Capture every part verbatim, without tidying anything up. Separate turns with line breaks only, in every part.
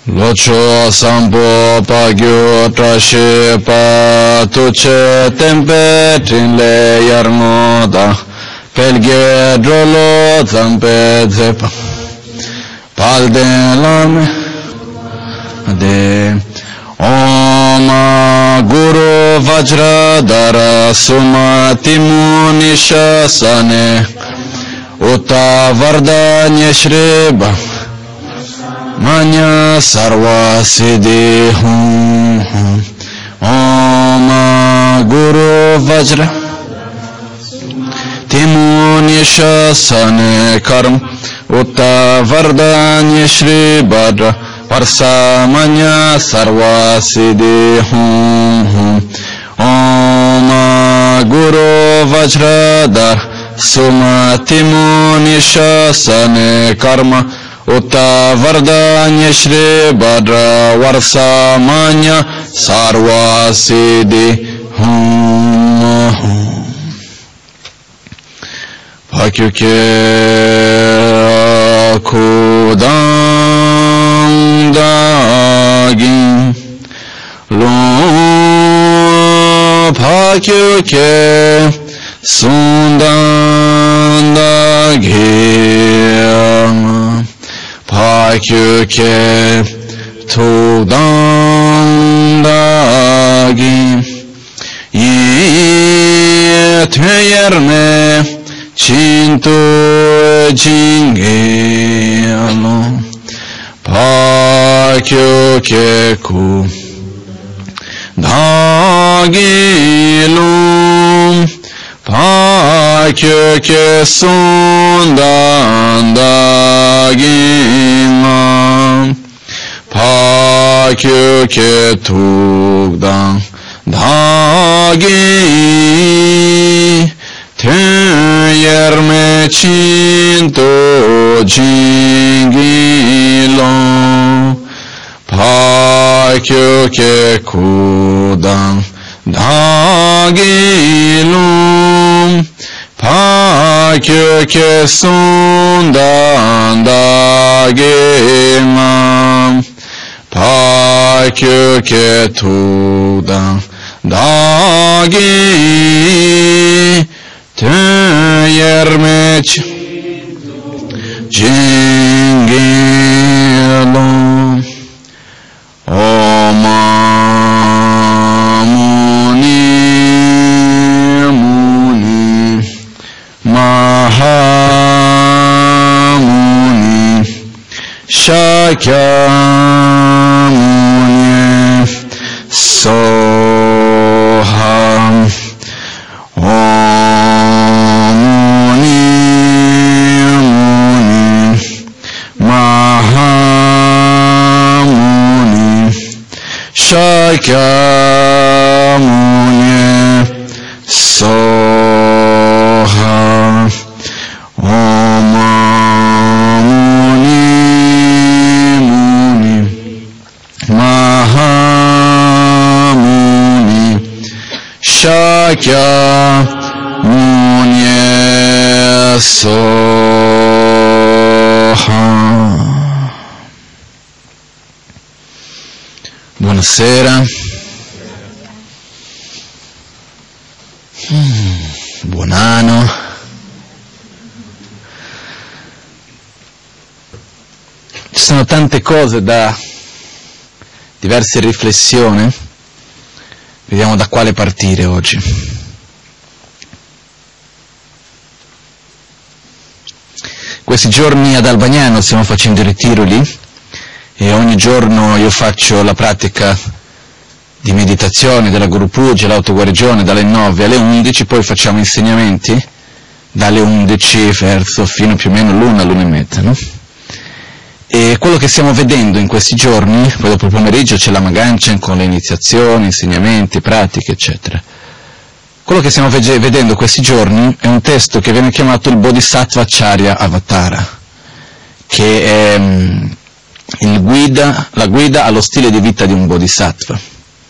Locho sampo pagyo trashe pa tuche tempe trinle yarmoda pelge drolo zampe zepa palde lame de Om Guru Vajradhara Sumati Munisha Sane Uta Vardanya Shreba Manya Sarva Siddhi Hum Hum Om Guru Vajra Timunisha Sane Karm Uta Vardanya Shreba Parsamanya Sarva Siddhi Hum Hum Om Guru Vajradhara Sumati Munisha Sane Karma Uta Vardanya Shri Bhadra Varsamanya Sarva Siddhi Hum Hum Pakyuke Kudam Dagin Lo Pakyuke Sundan Dagin Pakyuke Tudam Dagin Ye Tuyerme Cinto Jingelo Pakyuke Ku Dagilum Pakyuke Sundan Dagin Pakyuke Tugdan Dagin Tuyerme Cinto Jingilon Pakyuke Kudan Dagilum Pakyuke Sundan Dagimam Pakyuke Tugdan Dagin Tuyerme Jingilon Om Muni Muni Mahamuni Shakyamuni Soham Shakyamuni Soha Om Muni Muni Mahamuni Shakyamuni Soha. Buonasera, mm, buon anno. Ci sono tante cose da diverse riflessioni, vediamo da quale partire oggi. Questi giorni ad Albagnano stiamo facendo il ritiro lì. E ogni giorno io faccio la pratica di meditazione della Guru Puja, l'autoguarigione dalle nove alle undici, poi facciamo insegnamenti dalle undici verso fino più o meno l'una, l'una e mezza, no? E quello che stiamo vedendo in questi giorni, poi dopo il pomeriggio c'è la Maganchen con le iniziazioni, insegnamenti, pratiche, eccetera. Quello che stiamo vedendo questi giorni è un testo che viene chiamato il Bodhisattva Acharya Avatara, che è il guida, la guida allo stile di vita di un bodhisattva.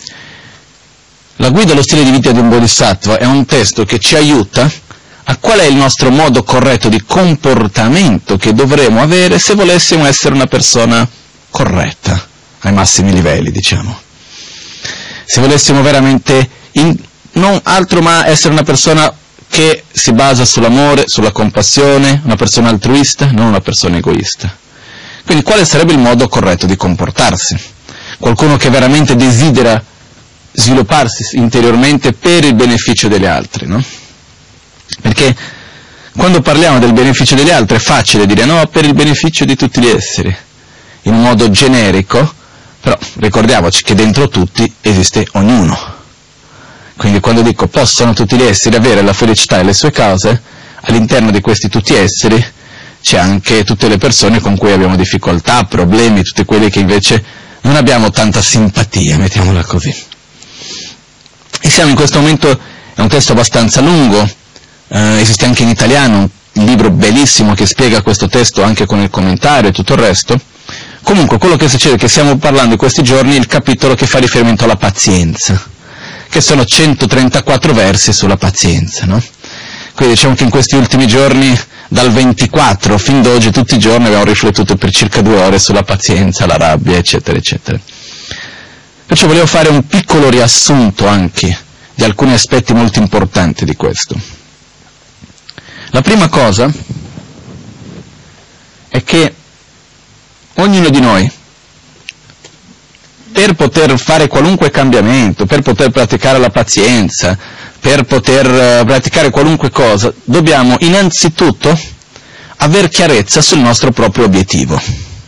La guida allo stile di vita di un bodhisattva è un testo che ci aiuta a qual è il nostro modo corretto di comportamento che dovremo avere se volessimo essere una persona corretta, massimi livelli, diciamo. Se volessimo veramente, in, non altro ma essere una persona che si basa sull'amore, sulla compassione, una persona altruista, non una persona egoista. Quindi quale sarebbe il modo corretto di comportarsi? Qualcuno che veramente desidera svilupparsi interiormente per il beneficio degli altri, no? Perché quando parliamo del beneficio degli altri è facile dire no, per il beneficio di tutti gli esseri, in un modo generico, però ricordiamoci che dentro tutti esiste ognuno. Quindi quando dico possono tutti gli esseri avere la felicità e le sue cause, all'interno di questi tutti esseri c'è anche tutte le persone con cui abbiamo difficoltà, problemi, tutti quelli che invece non abbiamo tanta simpatia, mettiamola così. E siamo in questo momento, è un testo abbastanza lungo, eh, esiste anche in italiano un libro bellissimo che spiega questo testo anche con il commentario e tutto il resto. Comunque quello che succede è che stiamo parlando in questi giorni il capitolo che fa riferimento alla pazienza, che sono centotrentaquattro versi sulla pazienza, no? Quindi diciamo che in questi ultimi giorni, dal ventiquattro fin ad oggi, tutti i giorni abbiamo riflettuto per circa due ore sulla pazienza, la rabbia, eccetera, eccetera. Perciò volevo fare un piccolo riassunto anche di alcuni aspetti molto importanti di questo. La prima cosa è che ognuno di noi, per poter fare qualunque cambiamento, per poter praticare la pazienza, per poter praticare qualunque cosa, dobbiamo innanzitutto aver chiarezza sul nostro proprio obiettivo.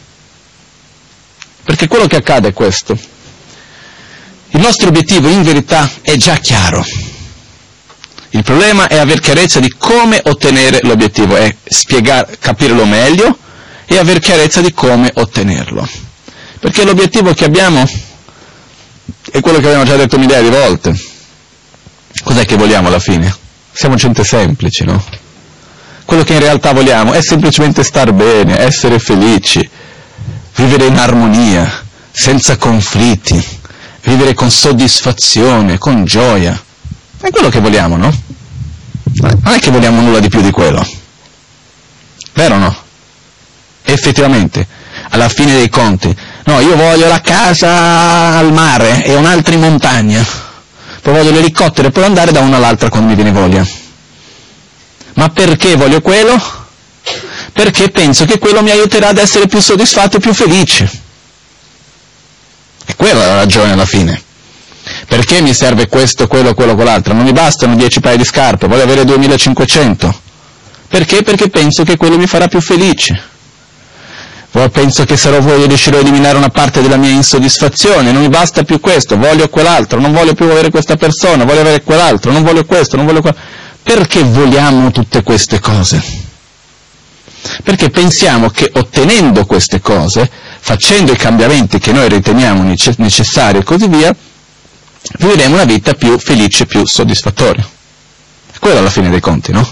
Perché quello che accade è questo. Il nostro obiettivo in verità è già chiaro. Il problema è aver chiarezza di come ottenere l'obiettivo, è spiegare, capirlo meglio e aver chiarezza di come ottenerlo. Perché l'obiettivo che abbiamo è quello che abbiamo già detto migliaia di volte. Cos'è che vogliamo alla fine? Siamo gente semplici, no? Quello che in realtà vogliamo è semplicemente star bene, essere felici, vivere in armonia, senza conflitti, vivere con soddisfazione, con gioia. È quello che vogliamo, no? Non è che vogliamo nulla di più di quello. Vero o no? Effettivamente, alla fine dei conti, no, io voglio la casa al mare e un'altra in montagna, poi voglio l'elicottero e poi andare da una all'altra quando mi viene voglia. Ma perché voglio quello? Perché penso che quello mi aiuterà ad essere più soddisfatto e più felice. E quella è la ragione alla fine. Perché mi serve questo, quello, quello, quell'altro? Non mi bastano dieci paia di scarpe, voglio avere duemilacinquecento. Perché? Perché penso che quello mi farà più felice. Poi penso che sarò voglio riuscirò a eliminare una parte della mia insoddisfazione, non mi basta più questo, voglio quell'altro, non voglio più avere questa persona, voglio avere quell'altro, non voglio questo, non voglio quell'altro. Perché vogliamo tutte queste cose? Perché pensiamo che ottenendo queste cose, facendo i cambiamenti che noi riteniamo necessari e così via, vivremo una vita più felice, più soddisfattoria. Quella alla fine dei conti, no?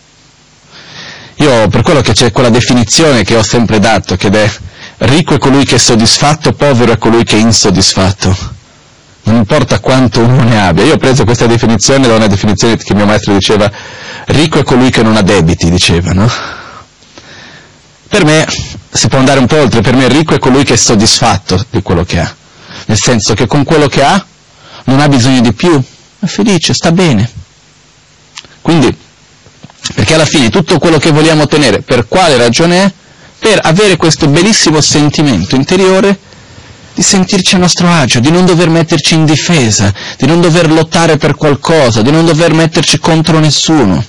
Io, per quello che c'è quella definizione che ho sempre dato, che è ricco è colui che è soddisfatto, povero è colui che è insoddisfatto. Non importa quanto uno ne abbia. Io ho preso questa definizione da una definizione che mio maestro diceva, ricco è colui che non ha debiti, diceva, no? Per me si può andare un po' oltre, per me ricco è colui che è soddisfatto di quello che ha. Nel senso che con quello che ha non ha bisogno di più, è felice, sta bene. Quindi, perché alla fine tutto quello che vogliamo ottenere, per quale ragione è? Per avere questo bellissimo sentimento interiore di sentirci a nostro agio, di non dover metterci in difesa, di non dover lottare per qualcosa, di non dover metterci contro nessuno.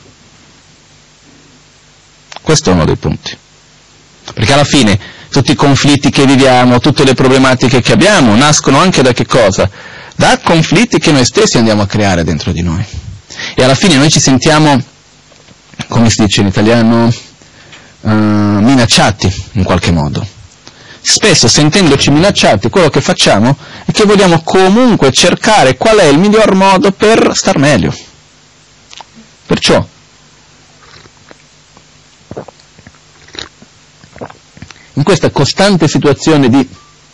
Questo è uno dei punti. Perché alla fine tutti i conflitti che viviamo, tutte le problematiche che abbiamo, nascono anche da che cosa? Da conflitti che noi stessi andiamo a creare dentro di noi. E alla fine noi ci sentiamo, come si dice in italiano, uh, minacciati in qualche modo. Spesso sentendoci minacciati quello che facciamo è che vogliamo comunque cercare qual è il miglior modo per star meglio. Perciò in questa costante situazione di,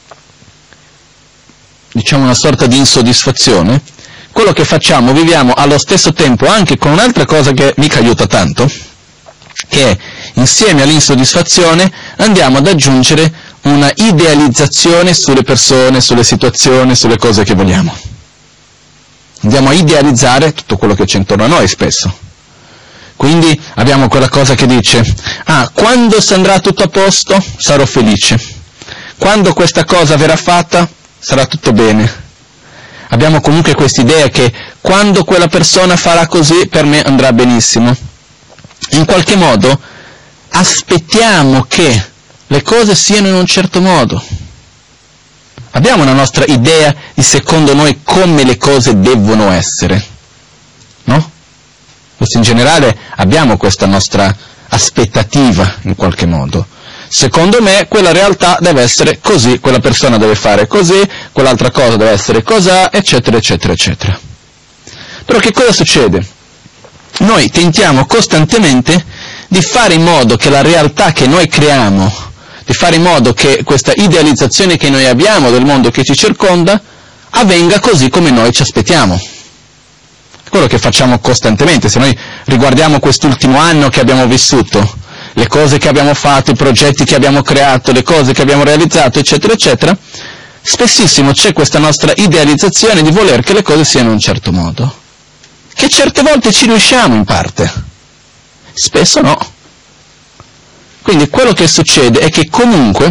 diciamo, una sorta di insoddisfazione, quello che facciamo, viviamo allo stesso tempo anche con un'altra cosa che mica aiuta tanto, che è, insieme all'insoddisfazione, andiamo ad aggiungere una idealizzazione sulle persone, sulle situazioni, sulle cose che vogliamo. Andiamo a idealizzare tutto quello che c'è intorno a noi spesso. Quindi abbiamo quella cosa che dice, ah, quando andrà tutto a posto sarò felice, quando questa cosa verrà fatta sarà tutto bene. Abbiamo comunque quest'idea che quando quella persona farà così per me andrà benissimo. In qualche modo aspettiamo che le cose siano in un certo modo. Abbiamo una nostra idea di secondo noi come le cose devono essere, no? Questo in generale abbiamo questa nostra aspettativa in qualche modo. Secondo me quella realtà deve essere così, quella persona deve fare così, quell'altra cosa deve essere cos'ha, eccetera, eccetera, eccetera. Però che cosa succede? Noi tentiamo costantemente di fare in modo che la realtà che noi creiamo, di fare in modo che questa idealizzazione che noi abbiamo del mondo che ci circonda, avvenga così come noi ci aspettiamo. È quello che facciamo costantemente. Se noi riguardiamo quest'ultimo anno che abbiamo vissuto, le cose che abbiamo fatto, i progetti che abbiamo creato, le cose che abbiamo realizzato, eccetera, eccetera, spessissimo c'è questa nostra idealizzazione di voler che le cose siano in un certo modo, che certe volte ci riusciamo in parte, spesso no. Quindi quello che succede è che comunque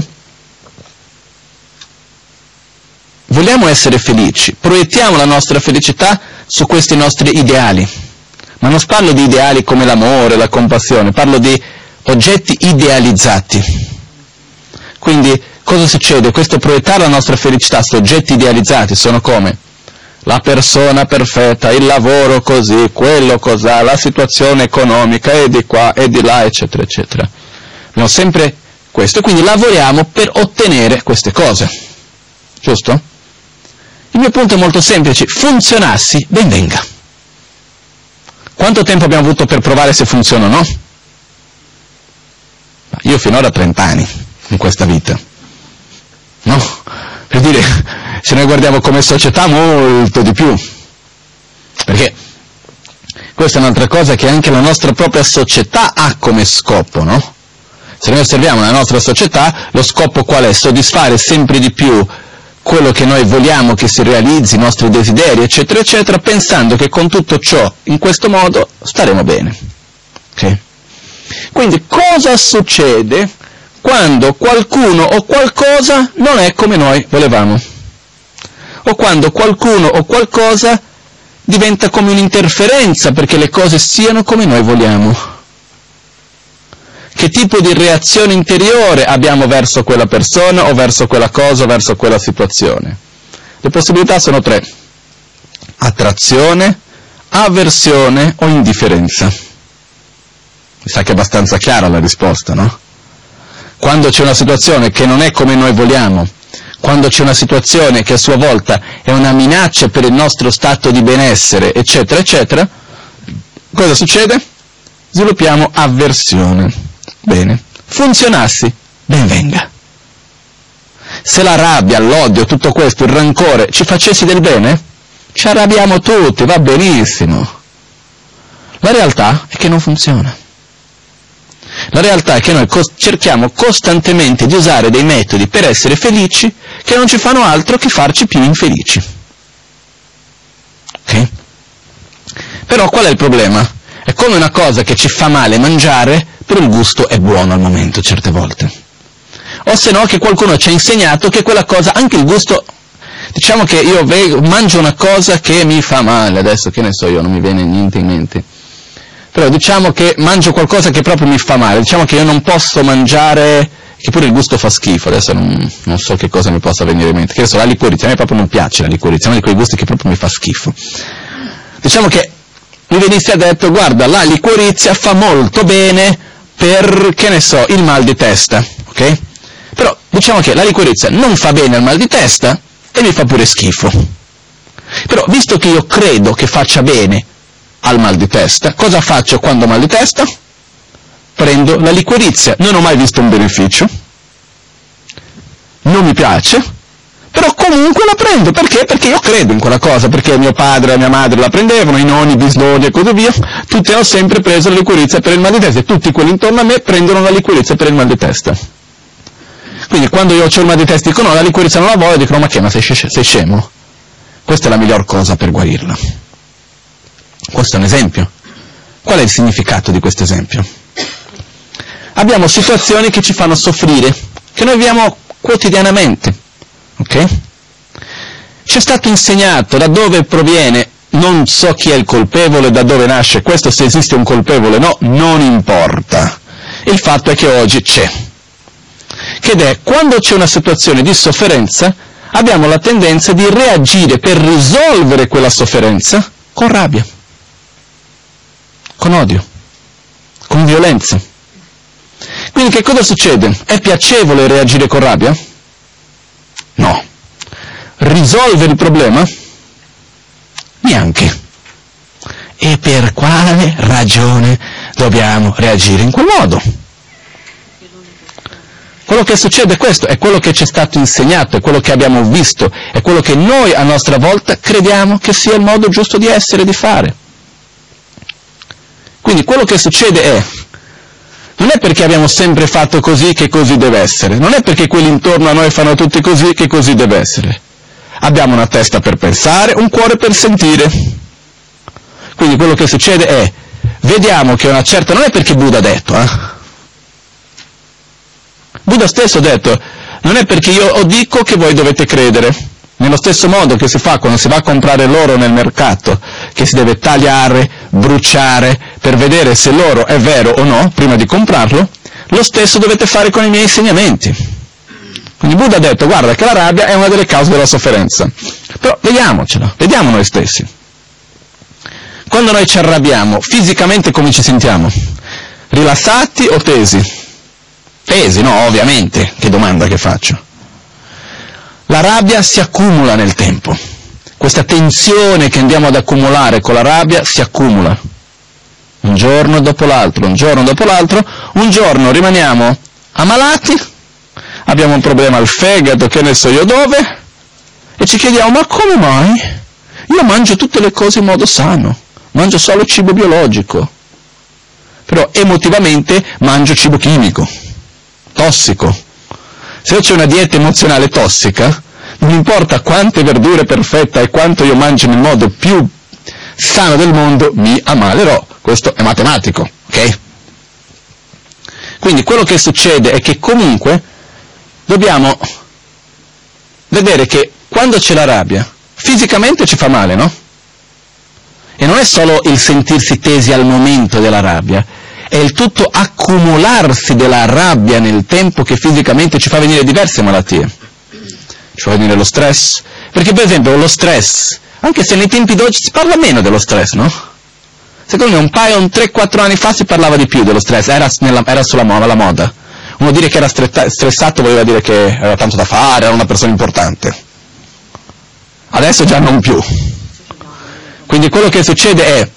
vogliamo essere felici, proiettiamo la nostra felicità su questi nostri ideali, ma non parlo di ideali come l'amore, la compassione, parlo di oggetti idealizzati. Quindi cosa succede? Questo proiettare la nostra felicità su oggetti idealizzati sono come la persona perfetta, il lavoro così, quello cos'ha, la situazione economica e di qua e di là, eccetera, eccetera. Abbiamo sempre questo, quindi lavoriamo per ottenere queste cose, giusto? Il mio punto è molto semplice: funzionassi, ben venga. Quanto tempo abbiamo avuto per provare se funziona o no? Io finora trenta anni in questa vita, no? Per dire, se noi guardiamo come società, molto di più, perché questa è un'altra cosa che anche la nostra propria società ha come scopo, no? Se noi osserviamo la nostra società, lo scopo qual è? Soddisfare sempre di più quello che noi vogliamo che si realizzi, i nostri desideri, eccetera, eccetera, pensando che con tutto ciò, in questo modo, staremo bene. Ok? Quindi cosa succede quando qualcuno o qualcosa non è come noi volevamo? O quando qualcuno o qualcosa diventa come un'interferenza perché le cose siano come noi vogliamo? Che tipo di reazione interiore abbiamo verso quella persona o verso quella cosa o verso quella situazione? Le possibilità sono tre: attrazione, avversione o indifferenza. Mi sa che è abbastanza chiara la risposta, no? Quando c'è una situazione che non è come noi vogliamo, quando c'è una situazione che a sua volta è una minaccia per il nostro stato di benessere, eccetera, eccetera, cosa succede? Sviluppiamo avversione. Bene. Funzionassi, ben venga. Se la rabbia, l'odio, tutto questo, il rancore, ci facessi del bene, ci arrabbiamo tutti, va benissimo. La realtà è che non funziona. La realtà è che noi cos- cerchiamo costantemente di usare dei metodi per essere felici che non ci fanno altro che farci più infelici. Ok? Però qual è il problema? È come una cosa che ci fa male mangiare, però il gusto è buono al momento certe volte. O se no che qualcuno ci ha insegnato che quella cosa, anche il gusto, diciamo che io ve- mangio una cosa che mi fa male, adesso che ne so io, non mi viene niente in mente. Però diciamo che mangio qualcosa che proprio mi fa male, diciamo che io non posso mangiare, che pure il gusto fa schifo, adesso non, non so che cosa mi possa venire in mente, che adesso la liquorizia, a me proprio non piace la liquorizia, è uno di quei gusti che proprio mi fa schifo. Diciamo che mi venisse detto, guarda, la liquorizia fa molto bene per, che ne so, il mal di testa, ok? Però diciamo che la liquorizia non fa bene al mal di testa e mi fa pure schifo. Però visto che io credo che faccia bene al mal di testa, cosa faccio quando ho mal di testa? Prendo la liquorizia, non ho mai visto un beneficio, non mi piace, però comunque la prendo, perché? Perché io credo in quella cosa, perché mio padre e mia madre la prendevano, i nonni, i bisnonni e così via, tutti hanno sempre preso la liquorizia per il mal di testa, e tutti quelli intorno a me prendono la liquorizia per il mal di testa. Quindi quando io ho il mal di testa dico no, la liquirizia non la voglio, dicono ma che, ma sei, sei scemo? Questa è la miglior cosa per guarirla. Questo è un esempio. Qual è il significato di questo esempio? Abbiamo situazioni che ci fanno soffrire, che noi viviamo quotidianamente, ok? Ci è stato insegnato da dove proviene, non so chi è il colpevole, da dove nasce questo, se esiste un colpevole no, non importa. Il fatto è che oggi c'è. Ed è, quando c'è una situazione di sofferenza, abbiamo la tendenza di reagire per risolvere quella sofferenza con rabbia, con odio, con violenza. Quindi che cosa succede? È piacevole reagire con rabbia? No. Risolve il problema? Neanche. E per quale ragione dobbiamo reagire in quel modo? Quello che succede è questo, è quello che ci è stato insegnato, è quello che abbiamo visto, è quello che noi a nostra volta crediamo che sia il modo giusto di essere, di fare. Quindi quello che succede è, non è perché abbiamo sempre fatto così che così deve essere, non è perché quelli intorno a noi fanno tutti così che così deve essere. Abbiamo una testa per pensare, un cuore per sentire. Quindi quello che succede è, vediamo che una certa, non è perché Buddha ha detto, eh? Buddha stesso ha detto, non è perché io dico che voi dovete credere. Nello stesso modo che si fa quando si va a comprare l'oro nel mercato, che si deve tagliare, bruciare, per vedere se l'oro è vero o no, prima di comprarlo, lo stesso dovete fare con i miei insegnamenti. Quindi Buddha ha detto, guarda che la rabbia è una delle cause della sofferenza. Però vediamocela, vediamo noi stessi. Quando noi ci arrabbiamo, fisicamente come ci sentiamo? Rilassati o tesi? Tesi, no, ovviamente, che domanda che faccio. La rabbia si accumula nel tempo. Questa tensione che andiamo ad accumulare con la rabbia si accumula. Un giorno dopo l'altro, un giorno dopo l'altro, un giorno rimaniamo ammalati, abbiamo un problema al fegato, che ne so io dove, e ci chiediamo, ma come mai? Io mangio tutte le cose in modo sano, mangio solo cibo biologico, però emotivamente mangio cibo chimico, tossico. Se c'è una dieta emozionale tossica, non importa quante verdure perfette e quanto io mangio nel modo più sano del mondo, mi ammalerò. Questo è matematico, ok? Quindi quello che succede è che comunque dobbiamo vedere che quando c'è la rabbia, fisicamente ci fa male, no? E non è solo il sentirsi tesi al momento della rabbia, è il tutto accumularsi della rabbia nel tempo che fisicamente ci fa venire diverse malattie. Ci fa venire lo stress, perché per esempio lo stress, anche se nei tempi d'oggi si parla meno dello stress, no? Secondo me un paio, un tre quattro anni fa si parlava di più dello stress, era, nella, era sulla moda, la moda. Uno dire che era stretta, stressato voleva dire che aveva tanto da fare, era una persona importante. Adesso già non più. Quindi quello che succede è,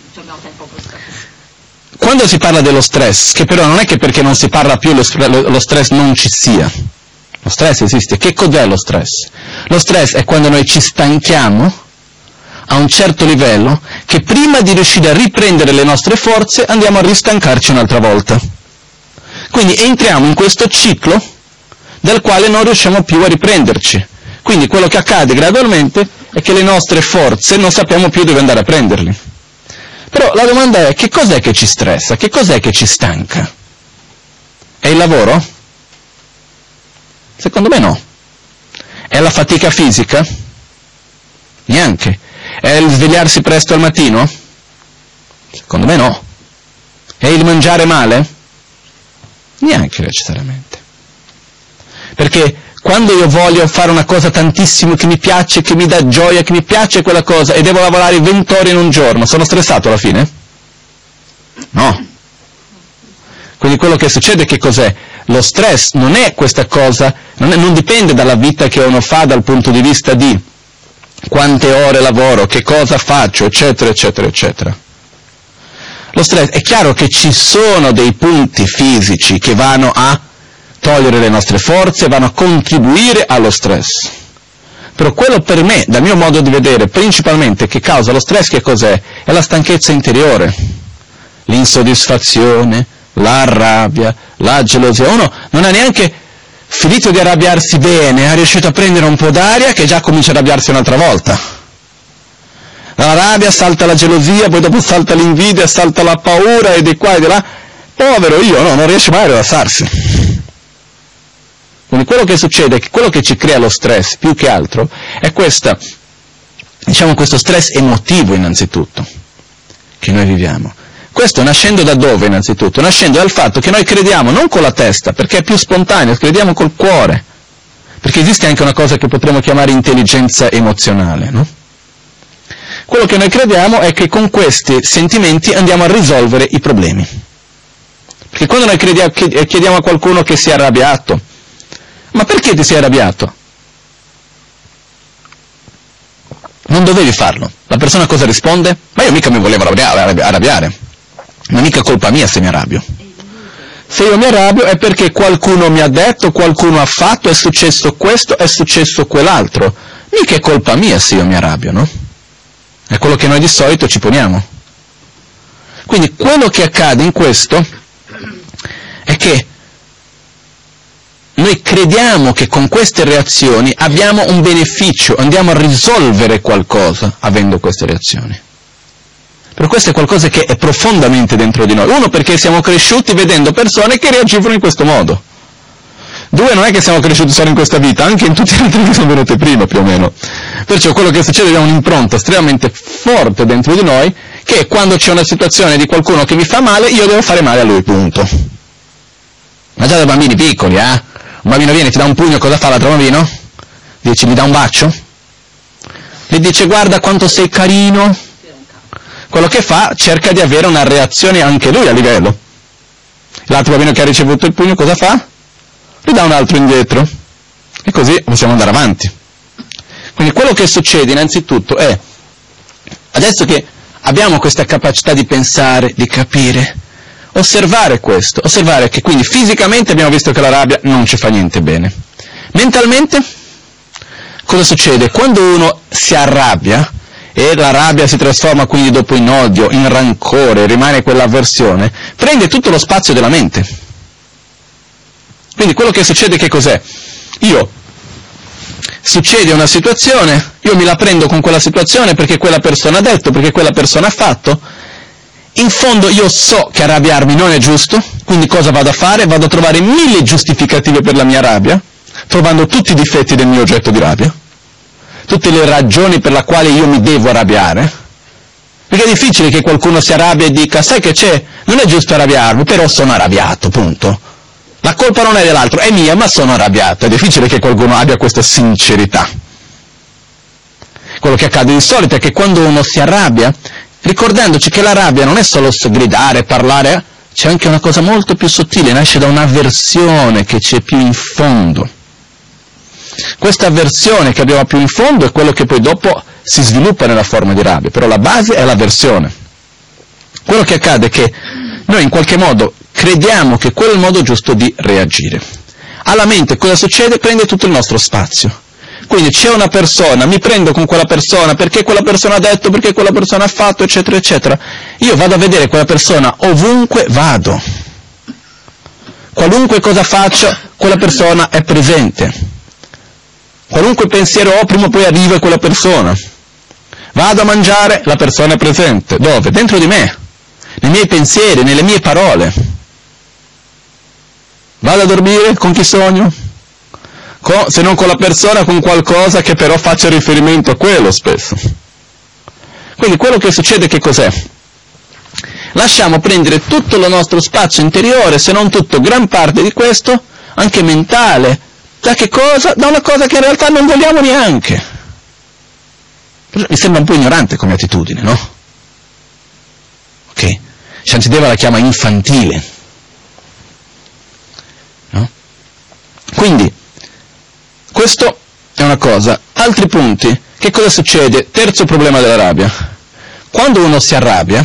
quando si parla dello stress, che però non è che perché non si parla più lo, lo stress non ci sia. Lo stress esiste. Che cos'è lo stress? Lo stress è quando noi ci stanchiamo a un certo livello, che prima di riuscire a riprendere le nostre forze andiamo a ristancarci un'altra volta. Quindi entriamo in questo ciclo dal quale non riusciamo più a riprenderci. Quindi quello che accade gradualmente è che le nostre forze non sappiamo più dove andare a prenderli. Però la domanda è, che cos'è che ci stressa? Che cos'è che ci stanca? È il lavoro? Secondo me no. È la fatica fisica? Neanche. È il svegliarsi presto al mattino? Secondo me no. È il mangiare male? Neanche necessariamente. Perché quando io voglio fare una cosa tantissimo che mi piace, che mi dà gioia, che mi piace quella cosa e devo lavorare venti ore in un giorno, sono stressato alla fine? No. Quindi quello che succede che cos'è? Lo stress non è questa cosa, non, è, non dipende dalla vita che uno fa dal punto di vista di quante ore lavoro, che cosa faccio, eccetera, eccetera, eccetera. Lo stress, è chiaro che ci sono dei punti fisici che vanno a togliere le nostre forze, vanno a contribuire allo stress. Però quello per me, dal mio modo di vedere, principalmente che causa lo stress, che cos'è? È la stanchezza interiore, l'insoddisfazione, la rabbia, la gelosia. Uno non ha neanche finito di arrabbiarsi bene, è riuscito a prendere un po' d'aria che già comincia ad arrabbiarsi un'altra volta. La rabbia, salta la gelosia, poi dopo salta l'invidia, salta la paura e di qua e di là. Povero io, no, non riesce mai a rilassarsi. Quindi quello che succede, quello che ci crea lo stress, più che altro, è questa, diciamo questo stress emotivo innanzitutto, che noi viviamo. Questo nascendo da dove innanzitutto? Nascendo dal fatto che noi crediamo non con la testa, perché è più spontaneo, crediamo col cuore. Perché esiste anche una cosa che potremmo chiamare intelligenza emozionale, no? Quello che noi crediamo è che con questi sentimenti andiamo a risolvere i problemi. Perché quando noi crediamo, chiediamo a qualcuno che si è arrabbiato, ma perché ti sei arrabbiato? Non dovevi farlo. La persona cosa risponde? Ma io mica mi volevo arrabbiare. Non è mica colpa mia se mi arrabbio. Se io mi arrabbio è perché qualcuno mi ha detto, qualcuno ha fatto, è successo questo, è successo quell'altro. Mica è colpa mia se io mi arrabbio, no? È quello che noi di solito ci poniamo. Quindi quello che accade in questo è che noi crediamo che con queste reazioni abbiamo un beneficio, andiamo a risolvere qualcosa avendo queste reazioni. Per questo è qualcosa che è profondamente dentro di noi. Uno, perché siamo cresciuti vedendo persone che reagivano in questo modo. Due, non è che siamo cresciuti solo in questa vita, anche in tutti gli altri che sono venuti prima, più o meno. Perciò quello che succede è un'impronta estremamente forte dentro di noi, che quando c'è una situazione di qualcuno che mi fa male, io devo fare male a lui, punto. Ma già da bambini piccoli, eh? Un bambino viene, ti dà un pugno, cosa fa l'altro bambino? Dice, mi dà un bacio? Gli dice, guarda quanto sei carino. Quello che fa, cerca di avere una reazione anche lui a livello. L'altro bambino che ha ricevuto il pugno, cosa fa? Gli dà un altro indietro. E così possiamo andare avanti. Quindi quello che succede innanzitutto è, adesso che abbiamo questa capacità di pensare, di capire, osservare questo, osservare che quindi fisicamente abbiamo visto che la rabbia non ci fa niente bene. Mentalmente, cosa succede? Quando uno si arrabbia, e la rabbia si trasforma quindi dopo in odio, in rancore, rimane quell'avversione, prende tutto lo spazio della mente. Quindi quello che succede che cos'è? Io, succede una situazione, io mi la prendo con quella situazione perché quella persona ha detto, perché quella persona ha fatto. In fondo io so che arrabbiarmi non è giusto, quindi cosa vado a fare? Vado a trovare mille giustificative per la mia rabbia, trovando tutti i difetti del mio oggetto di rabbia, tutte le ragioni per le quali io mi devo arrabbiare, perché è difficile che qualcuno si arrabbia e dica, sai che c'è? Non è giusto arrabbiarmi, però sono arrabbiato, punto. La colpa non è dell'altro, è mia, ma sono arrabbiato. È difficile che qualcuno abbia questa sincerità. Quello che accade di solito è che quando uno si arrabbia, ricordandoci che la rabbia non è solo gridare, parlare, c'è anche una cosa molto più sottile, nasce da un'avversione che c'è più in fondo. Questa avversione che abbiamo più in fondo è quello che poi dopo si sviluppa nella forma di rabbia, però la base è l'avversione. Quello che accade è che noi in qualche modo crediamo che quello è il modo giusto di reagire. Alla mente cosa succede? Prende tutto il nostro spazio. Quindi c'è una persona, mi prendo con quella persona perché quella persona ha detto, perché quella persona ha fatto, eccetera, eccetera. Io vado a vedere quella persona ovunque vado. Qualunque cosa faccia, quella persona è presente. Qualunque pensiero ho, prima o poi arriva quella persona. Vado a mangiare, la persona è presente. Dove? Dentro di me. Nei miei pensieri, nelle mie parole. Vado a dormire, con chi sogno? Con, se non con la persona, con qualcosa che però faccia riferimento a quello spesso. Quindi quello che succede che cos'è? Lasciamo prendere tutto il nostro spazio interiore, se non tutto, gran parte di questo, anche mentale. Da che cosa? Da una cosa che in realtà non vogliamo neanche. Mi sembra un po' ignorante come attitudine, no? Ok? Shantideva la chiama infantile. No? Quindi, questo è una cosa. Altri punti. Che cosa succede? Terzo problema della rabbia. Quando uno si arrabbia,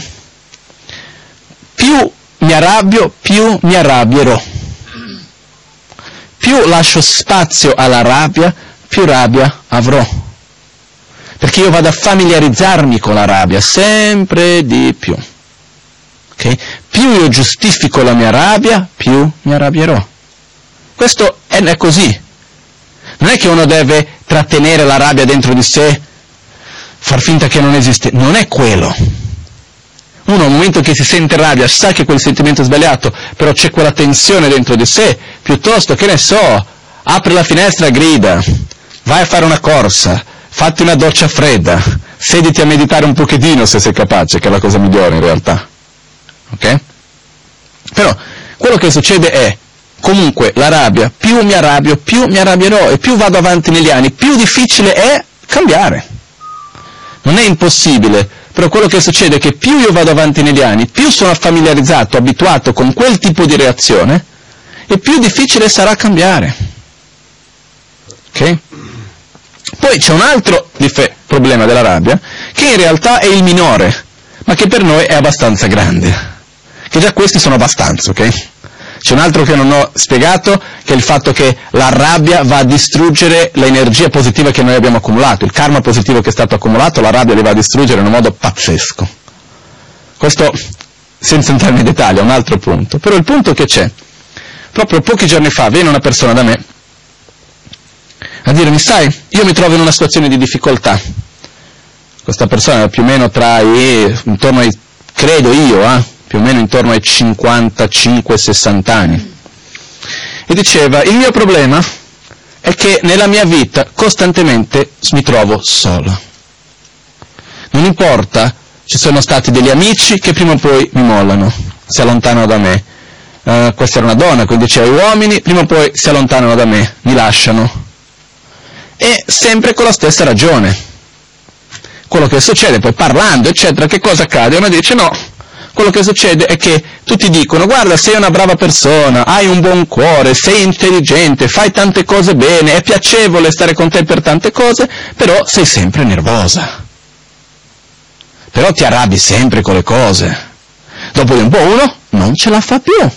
più mi arrabbio, più mi arrabbierò. Più lascio spazio alla rabbia, più rabbia avrò. Perché io vado a familiarizzarmi con la rabbia, sempre di più. Okay? Più io giustifico la mia rabbia, più mi arrabbierò. Questo è è, è così. Non è che uno deve trattenere la rabbia dentro di sé, far finta che non esiste, non è quello. Uno al momento che si sente rabbia sa che quel sentimento è sbagliato, però c'è quella tensione dentro di sé, piuttosto, che ne so, apri la finestra e grida, vai a fare una corsa, fatti una doccia fredda, sediti a meditare un pochettino se sei capace, che è la cosa migliore in realtà. Ok? Però quello che succede è, comunque la rabbia, più mi arrabbio, più mi arrabbierò e più vado avanti negli anni, più difficile è cambiare. Non è impossibile, però quello che succede è che più io vado avanti negli anni, più sono familiarizzato, abituato con quel tipo di reazione, e più difficile sarà cambiare. Ok? Poi c'è un altro dif- problema della rabbia, che in realtà è il minore, ma che per noi è abbastanza grande. Che già questi sono abbastanza, ok? C'è un altro che non ho spiegato, che è il fatto che la rabbia va a distruggere l'energia positiva che noi abbiamo accumulato, il karma positivo che è stato accumulato, la rabbia li va a distruggere in un modo pazzesco. Questo, senza entrare nei dettagli, è un altro punto. Però il punto che c'è, proprio pochi giorni fa viene una persona da me a dirmi, sai, io mi trovo in una situazione di difficoltà. Questa persona è più o meno tra i, intorno ai, credo io, eh, più o meno intorno ai cinquantacinque sessanta anni. E diceva, il mio problema è che nella mia vita costantemente mi trovo solo. Non importa, ci sono stati degli amici che prima o poi mi mollano, si allontanano da me. Uh, questa era una donna, quindi diceva, gli uomini prima o poi si allontanano da me, mi lasciano. E sempre con la stessa ragione. Quello che succede, poi parlando, eccetera, che cosa accade? Uno dice, no, quello che succede è che tutti dicono, guarda, sei una brava persona, hai un buon cuore, sei intelligente, fai tante cose bene, è piacevole stare con te per tante cose, però sei sempre nervosa. Però ti arrabbi sempre con le cose. Dopo di un po' uno non ce la fa più.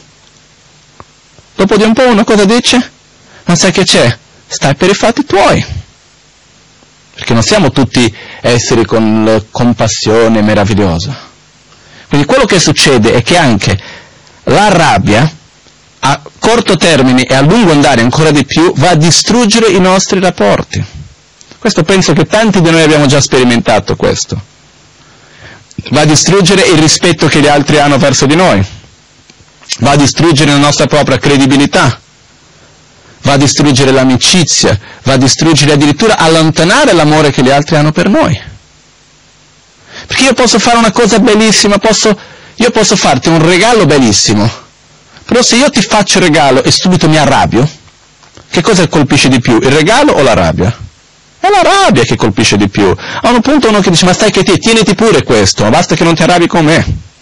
Dopo di un po' uno cosa dice? Ma sai che c'è? Stai per i fatti tuoi. Perché non siamo tutti esseri con compassione meravigliosa. Quindi quello che succede è che anche la rabbia, a corto termine e a lungo andare ancora di più, va a distruggere i nostri rapporti. Questo penso che tanti di noi abbiamo già sperimentato questo. Va a distruggere il rispetto che gli altri hanno verso di noi. Va a distruggere la nostra propria credibilità. Va a distruggere l'amicizia. Va a distruggere addirittura, allontanare l'amore che gli altri hanno per noi. Perché io posso fare una cosa bellissima, posso, io posso farti un regalo bellissimo, però se io ti faccio il regalo e subito mi arrabbio, che cosa colpisce di più, il regalo o la rabbia? È la rabbia che colpisce di più. A un punto uno che dice, ma stai che ti, tieniti pure questo, ma basta che non ti arrabbi con me.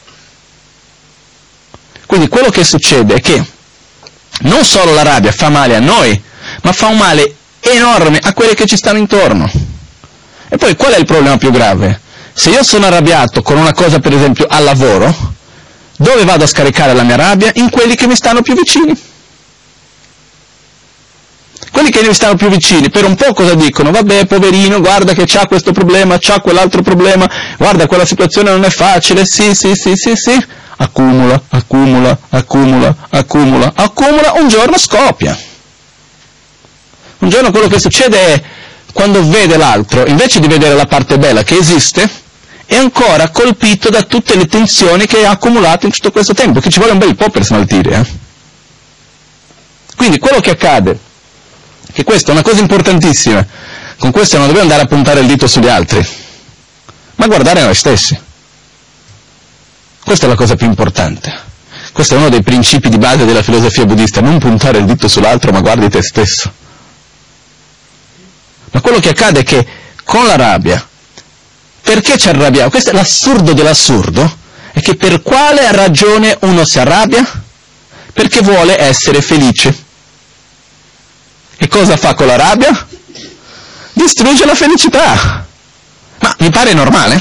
Quindi quello che succede è che non solo la rabbia fa male a noi, ma fa un male enorme a quelli che ci stanno intorno. E poi qual è il problema più grave? Se io sono arrabbiato con una cosa, per esempio, al lavoro, dove vado a scaricare la mia rabbia? In quelli che mi stanno più vicini. Quelli che mi stanno più vicini, per un po' cosa dicono? Vabbè, poverino, guarda che c'ha questo problema, c'ha quell'altro problema, guarda, quella situazione non è facile, sì, sì, sì, sì, sì. Accumula, accumula, accumula, accumula, accumula, un giorno scoppia. Un giorno quello che succede è, quando vede l'altro, invece di vedere la parte bella che esiste, è ancora colpito da tutte le tensioni che ha accumulato in tutto questo tempo, che ci vuole un bel po' per smaltire. Eh? Quindi quello che accade, che questa è una cosa importantissima, con questo non dobbiamo andare a puntare il dito sugli altri, ma guardare noi stessi. Questa è la cosa più importante. Questo è uno dei principi di base della filosofia buddista, non puntare il dito sull'altro, ma guardi te stesso. Ma quello che accade è che con la rabbia, perché ci arrabbiamo? Questo è l'assurdo dell'assurdo, è che per quale ragione uno si arrabbia? Perché vuole essere felice. E cosa fa con la rabbia? Distrugge la felicità. Ma mi pare normale?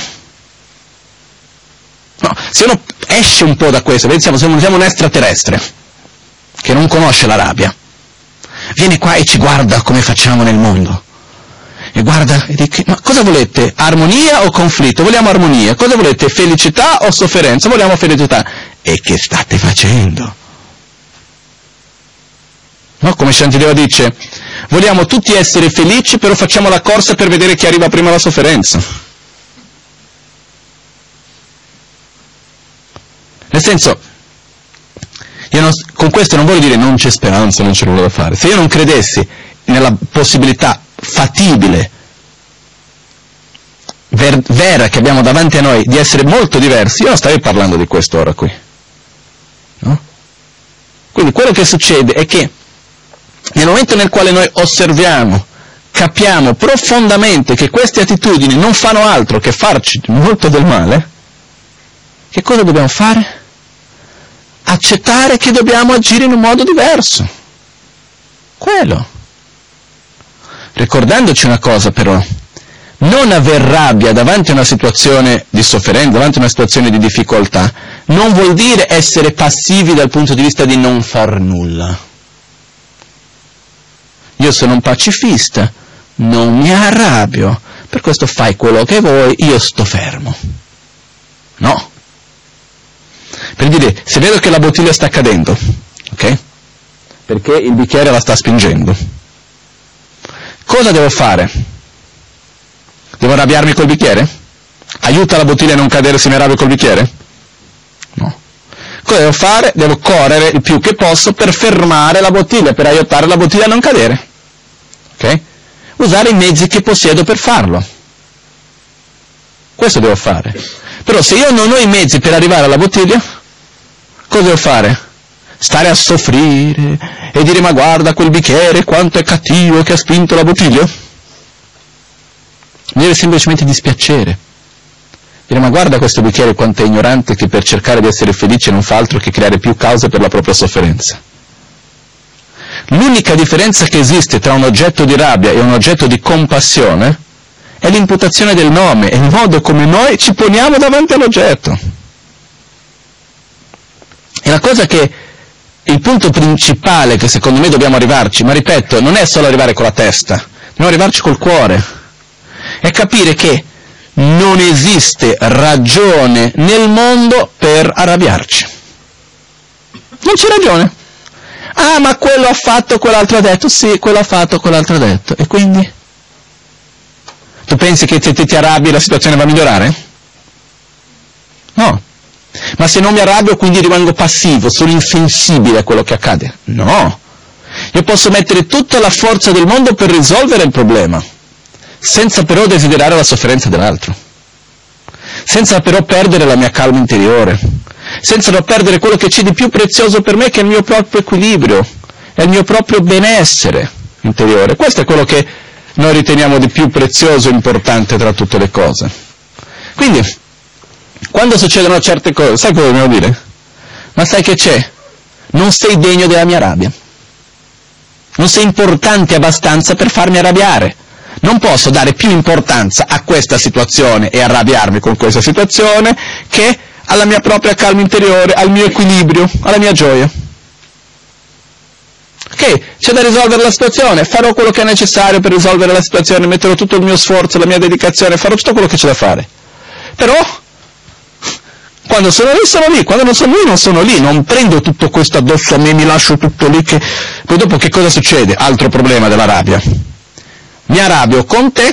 No, se uno esce un po' da questo, pensiamo, siamo, siamo un extraterrestre che non conosce la rabbia, viene qua e ci guarda come facciamo nel mondo. E guarda e dice, ma cosa volete? Armonia o conflitto? Vogliamo armonia. Cosa volete? Felicità o sofferenza? Vogliamo felicità. E che state facendo? No? Come Shantideva dice, vogliamo tutti essere felici, però facciamo la corsa per vedere chi arriva prima alla sofferenza. Nel senso, io non, con questo non voglio dire non c'è speranza, non c'è nulla da fare. Se io non credessi nella possibilità fattibile, ver, vera che abbiamo davanti a noi di essere molto diversi, io non starei parlando di questo ora qui. No? Quindi quello che succede è che nel momento nel quale noi osserviamo, capiamo profondamente che queste attitudini non fanno altro che farci molto del male, che cosa dobbiamo fare? Accettare che dobbiamo agire in un modo diverso. Quello. Ricordandoci una cosa però, non aver rabbia davanti a una situazione di sofferenza, davanti a una situazione di difficoltà, non vuol dire essere passivi dal punto di vista di non far nulla. Io sono un pacifista, non mi arrabbio, per questo fai quello che vuoi, io sto fermo. No. Per dire, se vedo che la bottiglia sta cadendo, ok? Perché il bicchiere la sta spingendo, cosa devo fare? Devo arrabbiarmi col bicchiere? Aiuta la bottiglia a non cadere se mi arrabbio col bicchiere? No. Cosa devo fare? Devo correre il più che posso per fermare la bottiglia, per aiutare la bottiglia a non cadere. Ok? Usare i mezzi che possiedo per farlo. Questo devo fare. Però se io non ho i mezzi per arrivare alla bottiglia, cosa devo fare? Stare a soffrire e dire ma guarda quel bicchiere quanto è cattivo che ha spinto la bottiglia? Mi deve semplicemente dispiacere. Dire ma guarda questo bicchiere quanto è ignorante che per cercare di essere felice non fa altro che creare più cause per la propria sofferenza. L'unica differenza che esiste tra un oggetto di rabbia e un oggetto di compassione è l'imputazione del nome, è il modo come noi ci poniamo davanti all'oggetto. E la cosa che, il punto principale che secondo me dobbiamo arrivarci, ma ripeto, non è solo arrivare con la testa, dobbiamo arrivarci col cuore, è capire che non esiste ragione nel mondo per arrabbiarci. Non c'è ragione. Ah, ma quello ha fatto, quell'altro ha detto. Sì, quello ha fatto, quell'altro ha detto. E quindi? Tu pensi che se ti, ti arrabbi la situazione va a migliorare? No. Ma se non mi arrabbio quindi rimango passivo, sono insensibile a quello che accade? No. Io posso mettere tutta la forza del mondo per risolvere il problema, senza però desiderare la sofferenza dell'altro, senza però perdere la mia calma interiore, senza però perdere quello che c'è di più prezioso per me, che è il mio proprio equilibrio, è il mio proprio benessere interiore. Questo è quello che noi riteniamo di più prezioso e importante tra tutte le cose. Quindi, quando succedono certe cose, sai cosa dobbiamo dire? Ma sai che c'è? Non sei degno della mia rabbia. Non sei importante abbastanza per farmi arrabbiare. Non posso dare più importanza a questa situazione e arrabbiarmi con questa situazione che alla mia propria calma interiore, al mio equilibrio, alla mia gioia. Ok, c'è da risolvere la situazione, farò quello che è necessario per risolvere la situazione, metterò tutto il mio sforzo, la mia dedicazione, farò tutto quello che c'è da fare. Però, quando sono lì, sono lì, quando non sono lì, non sono lì, non prendo tutto questo addosso a me, mi lascio tutto lì, che... poi dopo che cosa succede? Altro problema della rabbia. Mi arrabbio con te,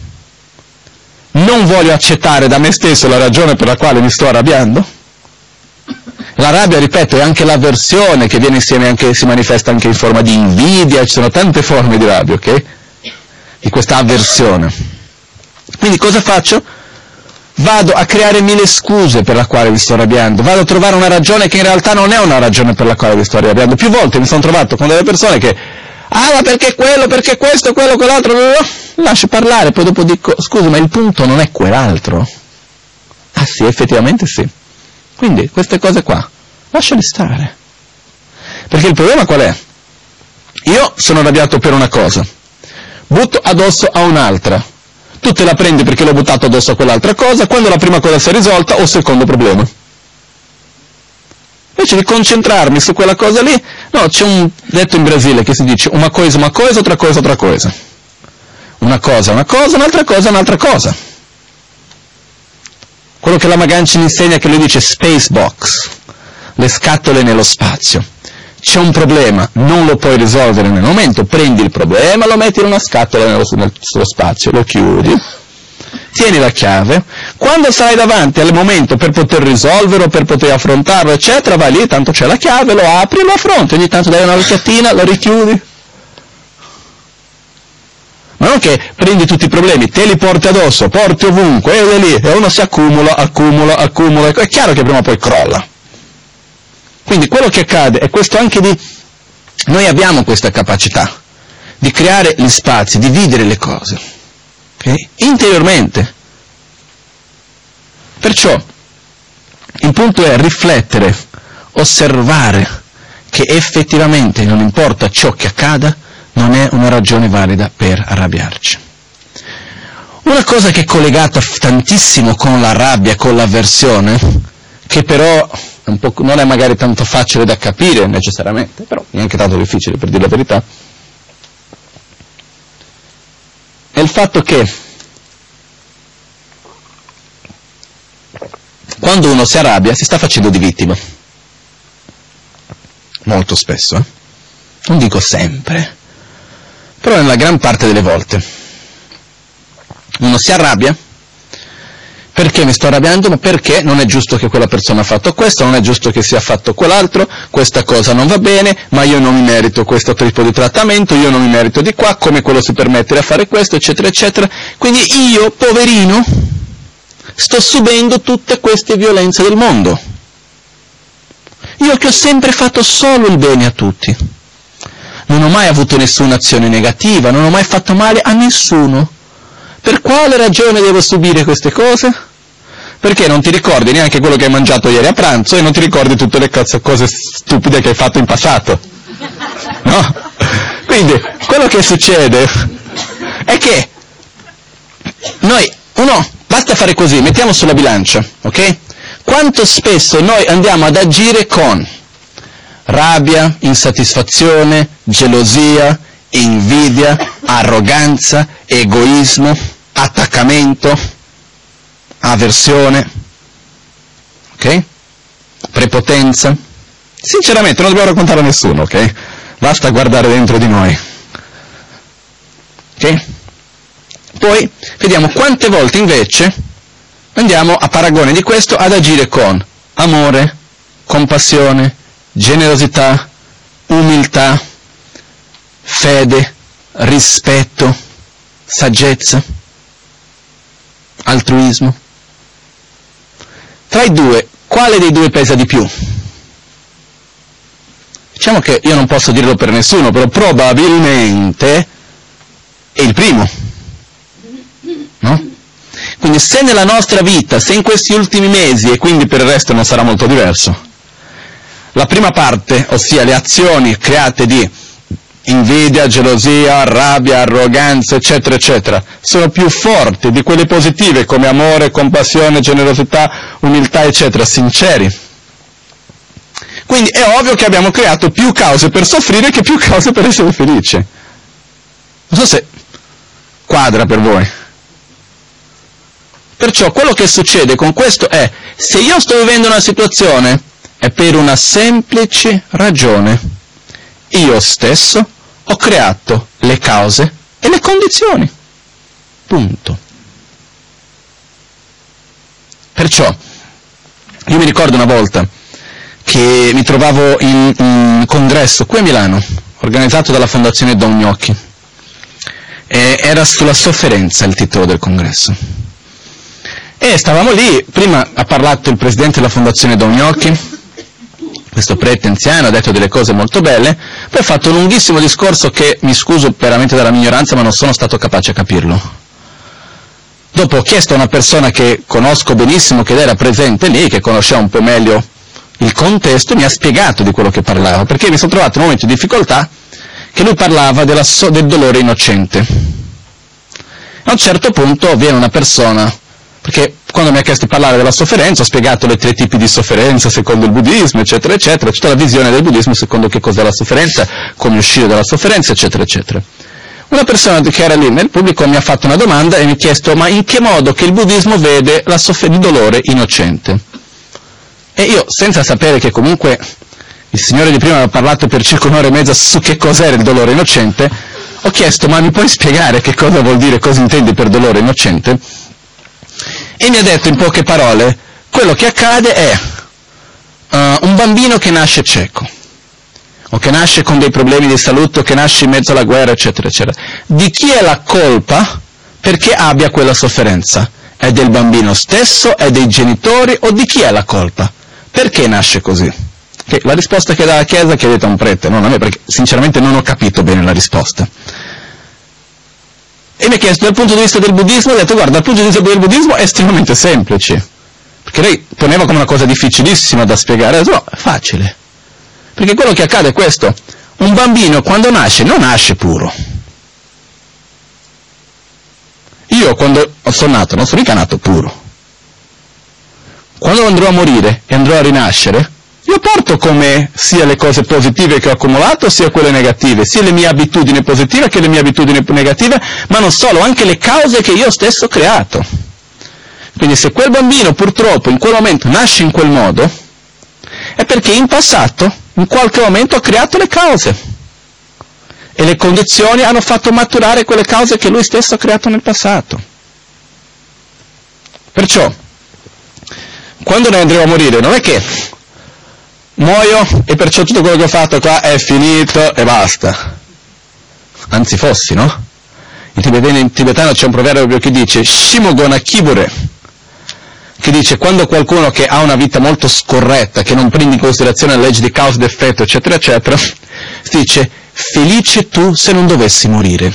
non voglio accettare da me stesso la ragione per la quale mi sto arrabbiando. La rabbia, ripeto, è anche l'avversione che viene insieme, anche, si manifesta anche in forma di invidia, ci sono tante forme di rabbia, ok? Di questa avversione. Quindi cosa faccio? Vado a creare mille scuse per la quale mi sto arrabbiando, vado a trovare una ragione che in realtà non è una ragione per la quale mi sto arrabbiando. Più volte mi sono trovato con delle persone che, ah ma perché quello, perché questo, quello, quell'altro, lascio parlare, poi dopo dico, scusa ma il punto non è quell'altro. Ah sì, effettivamente sì. Quindi queste cose qua, lasciali stare. Perché il problema qual è? Io sono arrabbiato per una cosa, butto addosso a un'altra. Tu te la prendi perché l'ho buttato addosso a quell'altra cosa, quando la prima cosa si è risolta ho il secondo problema. Invece di concentrarmi su quella cosa lì, no, c'è un detto in Brasile che si dice una cosa una cosa, otra cosa otra cosa. Una cosa una cosa, un'altra cosa un'altra cosa. Quello che la Magancia insegna, che lui dice space box, le scatole nello spazio. c'è un problema, non lo puoi risolvere nel momento, prendi il problema, lo metti in una scatola nello, nel suo spazio, lo chiudi, tieni la chiave, quando sarai davanti al momento per poter risolverlo, per poter affrontarlo, eccetera, vai lì, tanto c'è la chiave, lo apri e lo affronti, ogni tanto dai una occhiatina, lo richiudi. Ma non che prendi tutti i problemi, te li porti addosso, porti ovunque, e lì, e uno si accumula, accumula, accumula, è chiaro che prima o poi crolla. Quindi quello che accade è questo anche di... Noi abbiamo questa capacità di creare gli spazi, di dividere le cose, okay? Interiormente. Perciò il punto è riflettere, osservare che effettivamente non importa ciò che accada, non è una ragione valida per arrabbiarci. Una cosa che è collegata tantissimo con la rabbia, con l'avversione, che però è un po', non è magari tanto facile da capire necessariamente, però neanche tanto difficile per dire la verità, è il fatto che quando uno si arrabbia si sta facendo di vittima. Molto spesso, eh? Non dico sempre, però nella gran parte delle volte uno si arrabbia. Perché mi sto arrabbiando? Ma perché non è giusto che quella persona ha fatto questo, non è giusto che sia fatto quell'altro, questa cosa non va bene, ma io non mi merito questo tipo di trattamento, io non mi merito di qua, come quello si permette di fare questo, eccetera, eccetera. Quindi io, poverino, sto subendo tutte queste violenze del mondo. Io che ho sempre fatto solo il bene a tutti. Non ho mai avuto nessuna azione negativa, non ho mai fatto male a nessuno. Per quale ragione devo subire queste cose? Perché non ti ricordi neanche quello che hai mangiato ieri a pranzo e non ti ricordi tutte le cazzo, cose stupide che hai fatto in passato. No? Quindi, quello che succede è che noi, uno, basta fare così, mettiamo sulla bilancia, ok? Quanto spesso noi andiamo ad agire con rabbia, insoddisfazione, gelosia, invidia, arroganza, egoismo, attaccamento, avversione, ok? Prepotenza. Sinceramente non dobbiamo raccontare a nessuno, ok? Basta guardare dentro di noi. Ok? Poi vediamo quante volte invece andiamo a paragone di questo ad agire con amore, compassione, generosità, umiltà, fede, rispetto, saggezza, altruismo. Tra i due, quale dei due pesa di più? Diciamo che io non posso dirlo per nessuno, però probabilmente è il primo, no? Quindi se nella nostra vita, se in questi ultimi mesi, e quindi per il resto non sarà molto diverso, la prima parte, ossia le azioni create di invidia, gelosia, rabbia, arroganza, eccetera, eccetera, sono più forti di quelle positive come amore, compassione, generosità, umiltà, eccetera, sinceri. Quindi è ovvio che abbiamo creato più cause per soffrire che più cause per essere felici. Non so se quadra per voi. Perciò quello che succede con questo è, se io sto vivendo una situazione, è per una semplice ragione. Io stesso ho creato le cause e le condizioni. Punto. Perciò, io mi ricordo una volta che mi trovavo in un congresso qui a Milano, organizzato dalla Fondazione Don Gnocchi. E era sulla sofferenza il titolo del congresso. E stavamo lì, prima ha parlato il presidente della Fondazione Don Gnocchi, questo prete anziano, ha detto delle cose molto belle, poi ha fatto un lunghissimo discorso che, mi scuso veramente dalla mia ignoranza, ma non sono stato capace a capirlo. Dopo ho chiesto a una persona che conosco benissimo, che era presente lì, che conosceva un po' meglio il contesto, mi ha spiegato di quello che parlava, perché mi sono trovato in un momento di difficoltà che lui parlava della so- del dolore innocente. A un certo punto viene una persona, perché quando mi ha chiesto di parlare della sofferenza ho spiegato le tre tipi di sofferenza secondo il buddismo, eccetera, eccetera, tutta la visione del buddismo secondo che cos'è la sofferenza, come uscire dalla sofferenza, eccetera, eccetera. Una persona che era lì nel pubblico mi ha fatto una domanda e mi ha chiesto: ma in che modo che il buddismo vede la soffer- il dolore innocente? E io, senza sapere che comunque il signore di prima aveva parlato per circa un'ora e mezza su che cos'era il dolore innocente, ho chiesto, ma mi puoi spiegare che cosa vuol dire, cosa intendi per dolore innocente? E mi ha detto in poche parole, quello che accade è uh, un bambino che nasce cieco, o che nasce con dei problemi di salute, o che nasce in mezzo alla guerra, eccetera, eccetera. Di chi è la colpa perché abbia quella sofferenza? È del bambino stesso, è dei genitori, o di chi è la colpa? Perché nasce così? Okay, la risposta che dà la Chiesa chiedete a un prete, non a me, perché sinceramente non ho capito bene la risposta. E mi ha chiesto dal punto di vista del buddismo, ho detto guarda, dal punto di vista del buddismo è estremamente semplice, perché lei poneva come una cosa difficilissima da spiegare, ho detto no, è facile, perché quello che accade è questo, un bambino quando nasce non nasce puro. Io quando sono nato non sono mica nato puro. Quando andrò a morire e andrò a rinascere, io porto come sia le cose positive che ho accumulato, sia quelle negative, sia le mie abitudini positive che le mie abitudini negative, ma non solo, anche le cause che io stesso ho creato. Quindi se quel bambino purtroppo in quel momento nasce in quel modo, è perché in passato, in qualche momento, ha creato le cause. E le condizioni hanno fatto maturare quelle cause che lui stesso ha creato nel passato. Perciò, quando noi andremo a morire, non è che muoio e perciò tutto quello che ho fatto qua è finito e basta. Anzi fossi, no? In tibetano, in tibetano c'è un proverbio che dice Shimogona Kibure, che dice quando qualcuno che ha una vita molto scorretta, che non prende in considerazione la legge di causa ed effetto, eccetera, eccetera, si dice felice tu se non dovessi morire.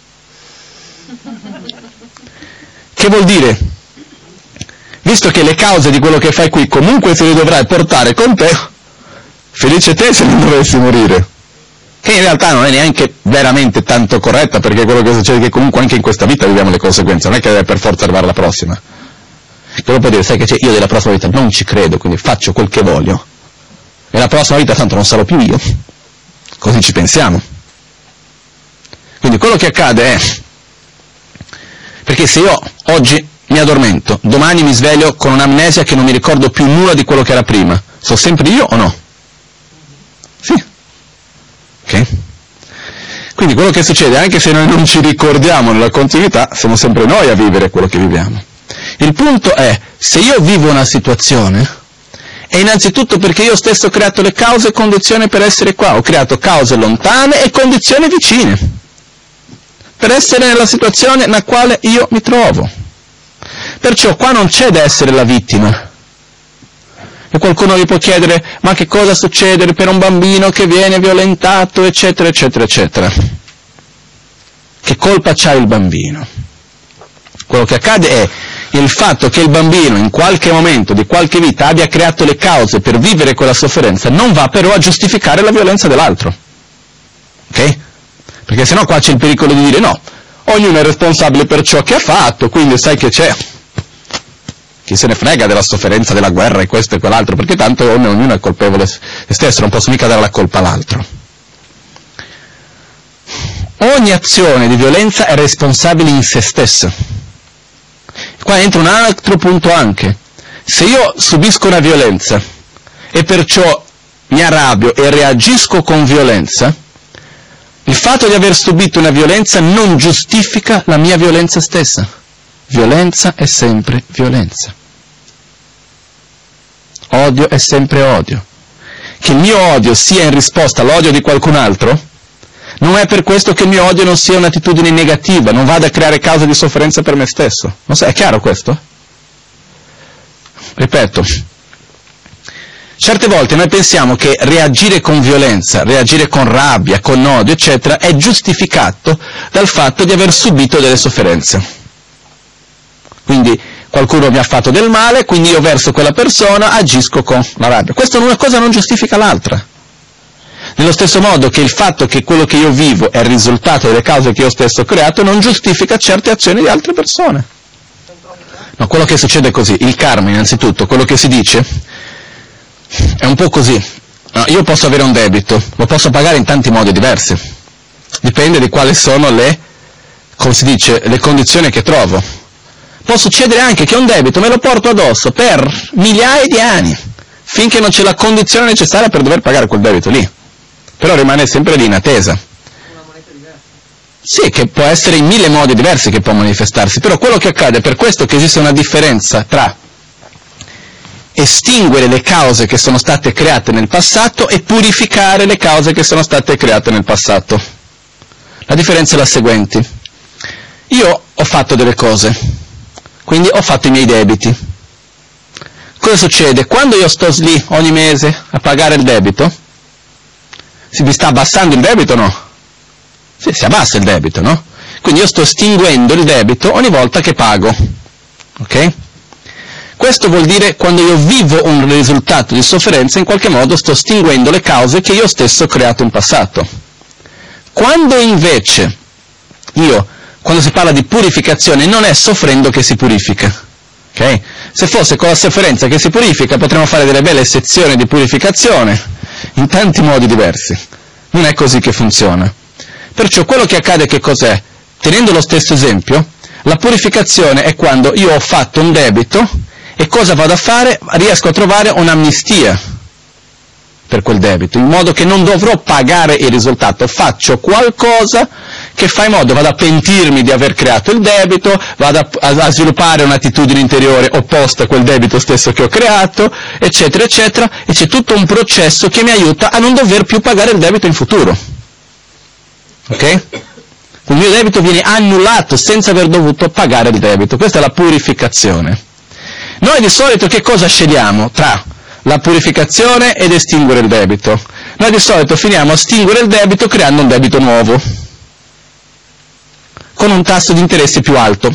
Che vuol dire? Visto che le cause di quello che fai qui comunque te le dovrai portare con te, felice te se non dovessi morire. Che in realtà non è neanche veramente tanto corretta, perché quello che succede è che comunque anche in questa vita viviamo le conseguenze, non è che deve per forza arrivare la prossima. Quello può dire, sai che c'è, io della prossima vita non ci credo, quindi faccio quel che voglio, e la prossima vita tanto non sarò più io. Così ci pensiamo. Quindi quello che accade è, perché se io oggi mi addormento, domani mi sveglio con un'amnesia che non mi ricordo più nulla di quello che era prima, sono sempre io o no? Sì. Ok? Quindi quello che succede, anche se noi non ci ricordiamo nella continuità, siamo sempre noi a vivere quello che viviamo. Il punto è, se io vivo una situazione, è innanzitutto perché io stesso ho creato le cause e condizioni per essere qua, ho creato cause lontane e condizioni vicine, per essere nella situazione nella quale io mi trovo. Perciò qua non c'è da essere la vittima. E qualcuno vi può chiedere, ma che cosa succede per un bambino che viene violentato, eccetera, eccetera, eccetera. Che colpa c'ha il bambino? Quello che accade è il fatto che il bambino in qualche momento di qualche vita abbia creato le cause per vivere quella sofferenza, non va però a giustificare la violenza dell'altro. Ok? Perché sennò qua c'è il pericolo di dire no, ognuno è responsabile per ciò che ha fatto, quindi sai che c'è. Chi se ne frega della sofferenza, della guerra e questo e quell'altro, perché tanto ognuno è colpevole se stesso, non posso mica dare la colpa all'altro. Ogni azione di violenza è responsabile in se stessa. Qua entra un altro punto anche. Se io subisco una violenza e perciò mi arrabbio e reagisco con violenza, il fatto di aver subito una violenza non giustifica la mia violenza stessa. Violenza è sempre violenza. Odio è sempre odio. Che il mio odio sia in risposta all'odio di qualcun altro, non è per questo che il mio odio non sia un'attitudine negativa, non vada a creare cause di sofferenza per me stesso. Non so, è chiaro questo? Ripeto, certe volte noi pensiamo che reagire con violenza, reagire con rabbia, con odio, eccetera, è giustificato dal fatto di aver subito delle sofferenze. Quindi qualcuno mi ha fatto del male, quindi io verso quella persona agisco con la rabbia. Questa una cosa non giustifica l'altra. Nello stesso modo che il fatto che quello che io vivo è il risultato delle cause che io stesso ho creato non giustifica certe azioni di altre persone. No, quello che succede è così. Il karma, innanzitutto, quello che si dice, è un po' così. No, io posso avere un debito, lo posso pagare in tanti modi diversi. Dipende di quali sono le, come si dice, le condizioni che trovo. Può succedere anche che un debito me lo porto addosso per migliaia di anni. finché non c'è la condizione necessaria per dover pagare quel debito lì. Però rimane sempre lì in attesa.
Una moneta diversa?
Sì, che può essere in mille modi diversi che può manifestarsi, però quello che accade è per questo che esiste una differenza tra estinguere le cause che sono state create nel passato e purificare le cause che sono state create nel passato. La differenza è la seguente. Io ho fatto delle cose, quindi ho fatto i miei debiti. Cosa succede? Quando io sto lì ogni mese a pagare il debito, si mi sta abbassando il debito o no? Sì, si abbassa il debito, no? Quindi io sto estinguendo il debito ogni volta che pago, ok? Questo vuol dire quando io vivo un risultato di sofferenza, in qualche modo sto estinguendo le cause che io stesso ho creato in passato. Quando invece io, quando si parla di purificazione, non è soffrendo che si purifica, ok? Se fosse con la sofferenza che si purifica, potremmo fare delle belle sezioni di purificazione in tanti modi diversi. Non è così che funziona. Perciò quello che accade che cos'è? Tenendo lo stesso esempio, la purificazione è quando io ho fatto un debito e cosa vado a fare? Riesco a trovare un'amnistia per quel debito, in modo che non dovrò pagare il risultato, faccio qualcosa che fa in modo, vado a pentirmi di aver creato il debito, vado a, a, a sviluppare un'attitudine interiore opposta a quel debito stesso che ho creato, eccetera, eccetera, e c'è tutto un processo che mi aiuta a non dover più pagare il debito in futuro. Ok? Il mio debito viene annullato senza aver dovuto pagare il debito. Questa è la purificazione. Noi di solito che cosa scegliamo tra la purificazione ed estinguere il debito? Noi di solito finiamo a estinguere il debito creando un debito nuovo, con un tasso di interesse più alto.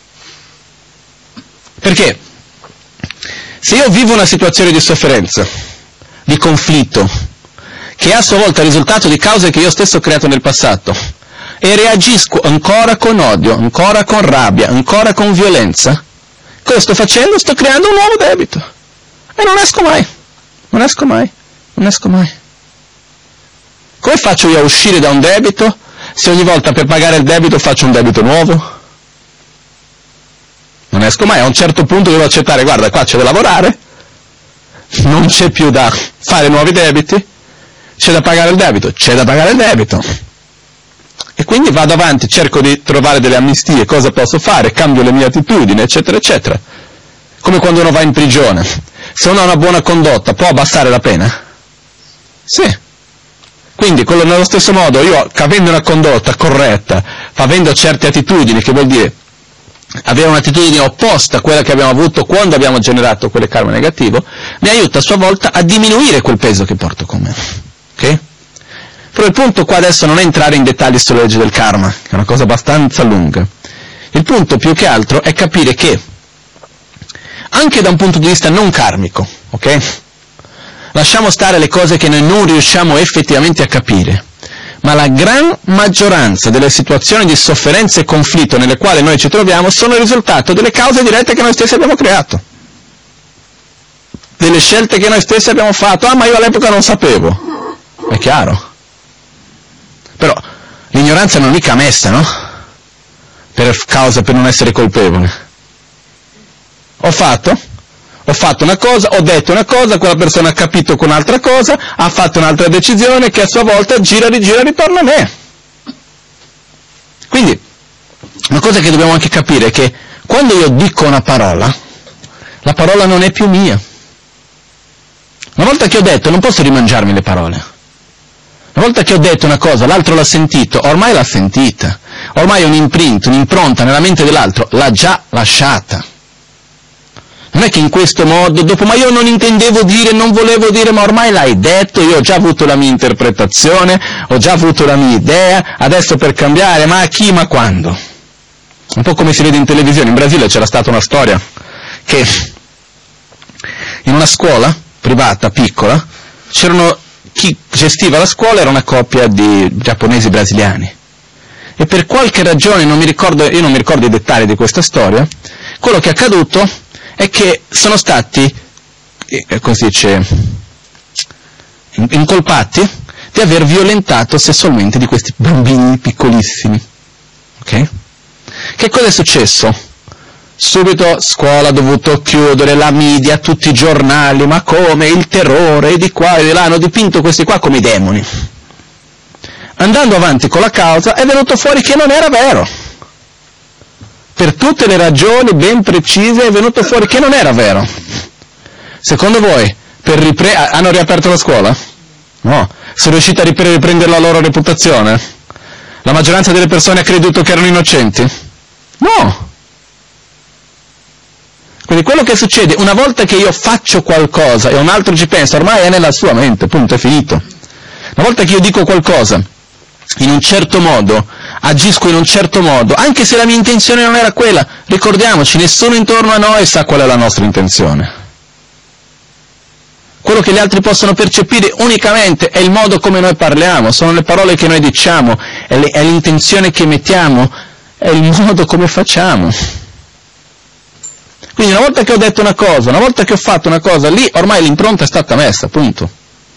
Perché? Se io vivo una situazione di sofferenza, di conflitto, che è a sua volta il risultato di cause che io stesso ho creato nel passato, e reagisco ancora con odio, ancora con rabbia, ancora con violenza, cosa sto facendo? Sto creando un nuovo debito. E non esco mai, non esco mai, non esco mai. Come faccio io a uscire da un debito se ogni volta per pagare il debito faccio un debito nuovo? Non esco mai, a un certo punto devo accettare, guarda, qua c'è da lavorare, non c'è più da fare nuovi debiti, c'è da pagare il debito, c'è da pagare il debito. E quindi vado avanti, cerco di trovare delle amnistie, cosa posso fare, cambio le mie attitudini, eccetera, eccetera. Come quando uno va in prigione. Se uno ha una buona condotta, può abbassare la pena? Sì. Quindi, quello nello stesso modo, io, avendo una condotta corretta, avendo certe attitudini, che vuol dire avere un'attitudine opposta a quella che abbiamo avuto quando abbiamo generato quelle karma negativo, mi aiuta a sua volta a diminuire quel peso che porto con me. Ok? Però il punto qua adesso non è entrare in dettagli sulla legge del karma, che è una cosa abbastanza lunga. Il punto più che altro è capire che, anche da un punto di vista non karmico, ok? Lasciamo stare le cose che noi non riusciamo effettivamente a capire, ma la gran maggioranza delle situazioni di sofferenza e conflitto nelle quali noi ci troviamo sono il risultato delle cause dirette che noi stessi abbiamo creato, delle scelte che noi stessi abbiamo fatto. Ah, ma io all'epoca non sapevo. È chiaro. Però l'ignoranza non è mica messa, no? Per causa, per non essere colpevole. Ho fatto, ho fatto una cosa, ho detto una cosa, quella persona ha capito con un'altra cosa, ha fatto un'altra decisione che a sua volta gira, rigira, ritorna a me. Quindi, una cosa che dobbiamo anche capire è che quando io dico una parola, la parola non è più mia. Una volta che ho detto, non posso rimangiarmi le parole. Una volta che ho detto una cosa, l'altro l'ha sentito, ormai l'ha sentita. Ormai un imprint, un'impronta nella mente dell'altro, l'ha già lasciata. Non è che in questo modo, dopo, ma io non intendevo dire, non volevo dire, ma ormai l'hai detto, io ho già avuto la mia interpretazione, ho già avuto la mia idea, adesso per cambiare, ma a chi, ma quando? Un po' come si vede in televisione. In Brasile c'era stata una storia che in una scuola privata, piccola, c'erano, chi gestiva la scuola era una coppia di giapponesi brasiliani. E per qualche ragione, non mi ricordo, io non mi ricordo i dettagli di questa storia, quello che è accaduto è che sono stati, come si dice, incolpati di aver violentato sessualmente di questi bambini piccolissimi. Ok? Che cosa è successo? Subito scuola ha dovuto chiudere, la media, tutti i giornali, ma come, il terrore, e di qua e di là, hanno dipinto questi qua come i demoni. Andando avanti con la causa è venuto fuori che non era vero. Per tutte le ragioni ben precise è venuto fuori che non era vero. Secondo voi, per ripre- hanno riaperto la scuola? No. Sono riusciti a ripre- riprendere la loro reputazione? La maggioranza delle persone ha creduto che erano innocenti? No. Quindi quello che succede, una volta che io faccio qualcosa e un altro ci pensa, ormai è nella sua mente, punto, è finito. Una volta che io dico qualcosa in un certo modo, agisco in un certo modo, anche se la mia intenzione non era quella, ricordiamoci, nessuno intorno a noi sa qual è la nostra intenzione. Quello che gli altri possono percepire unicamente è il modo come noi parliamo, sono le parole che noi diciamo, è, le, è l'intenzione che mettiamo, è il modo come facciamo. Quindi una volta che ho detto una cosa, una volta che ho fatto una cosa, lì ormai l'impronta è stata messa, punto.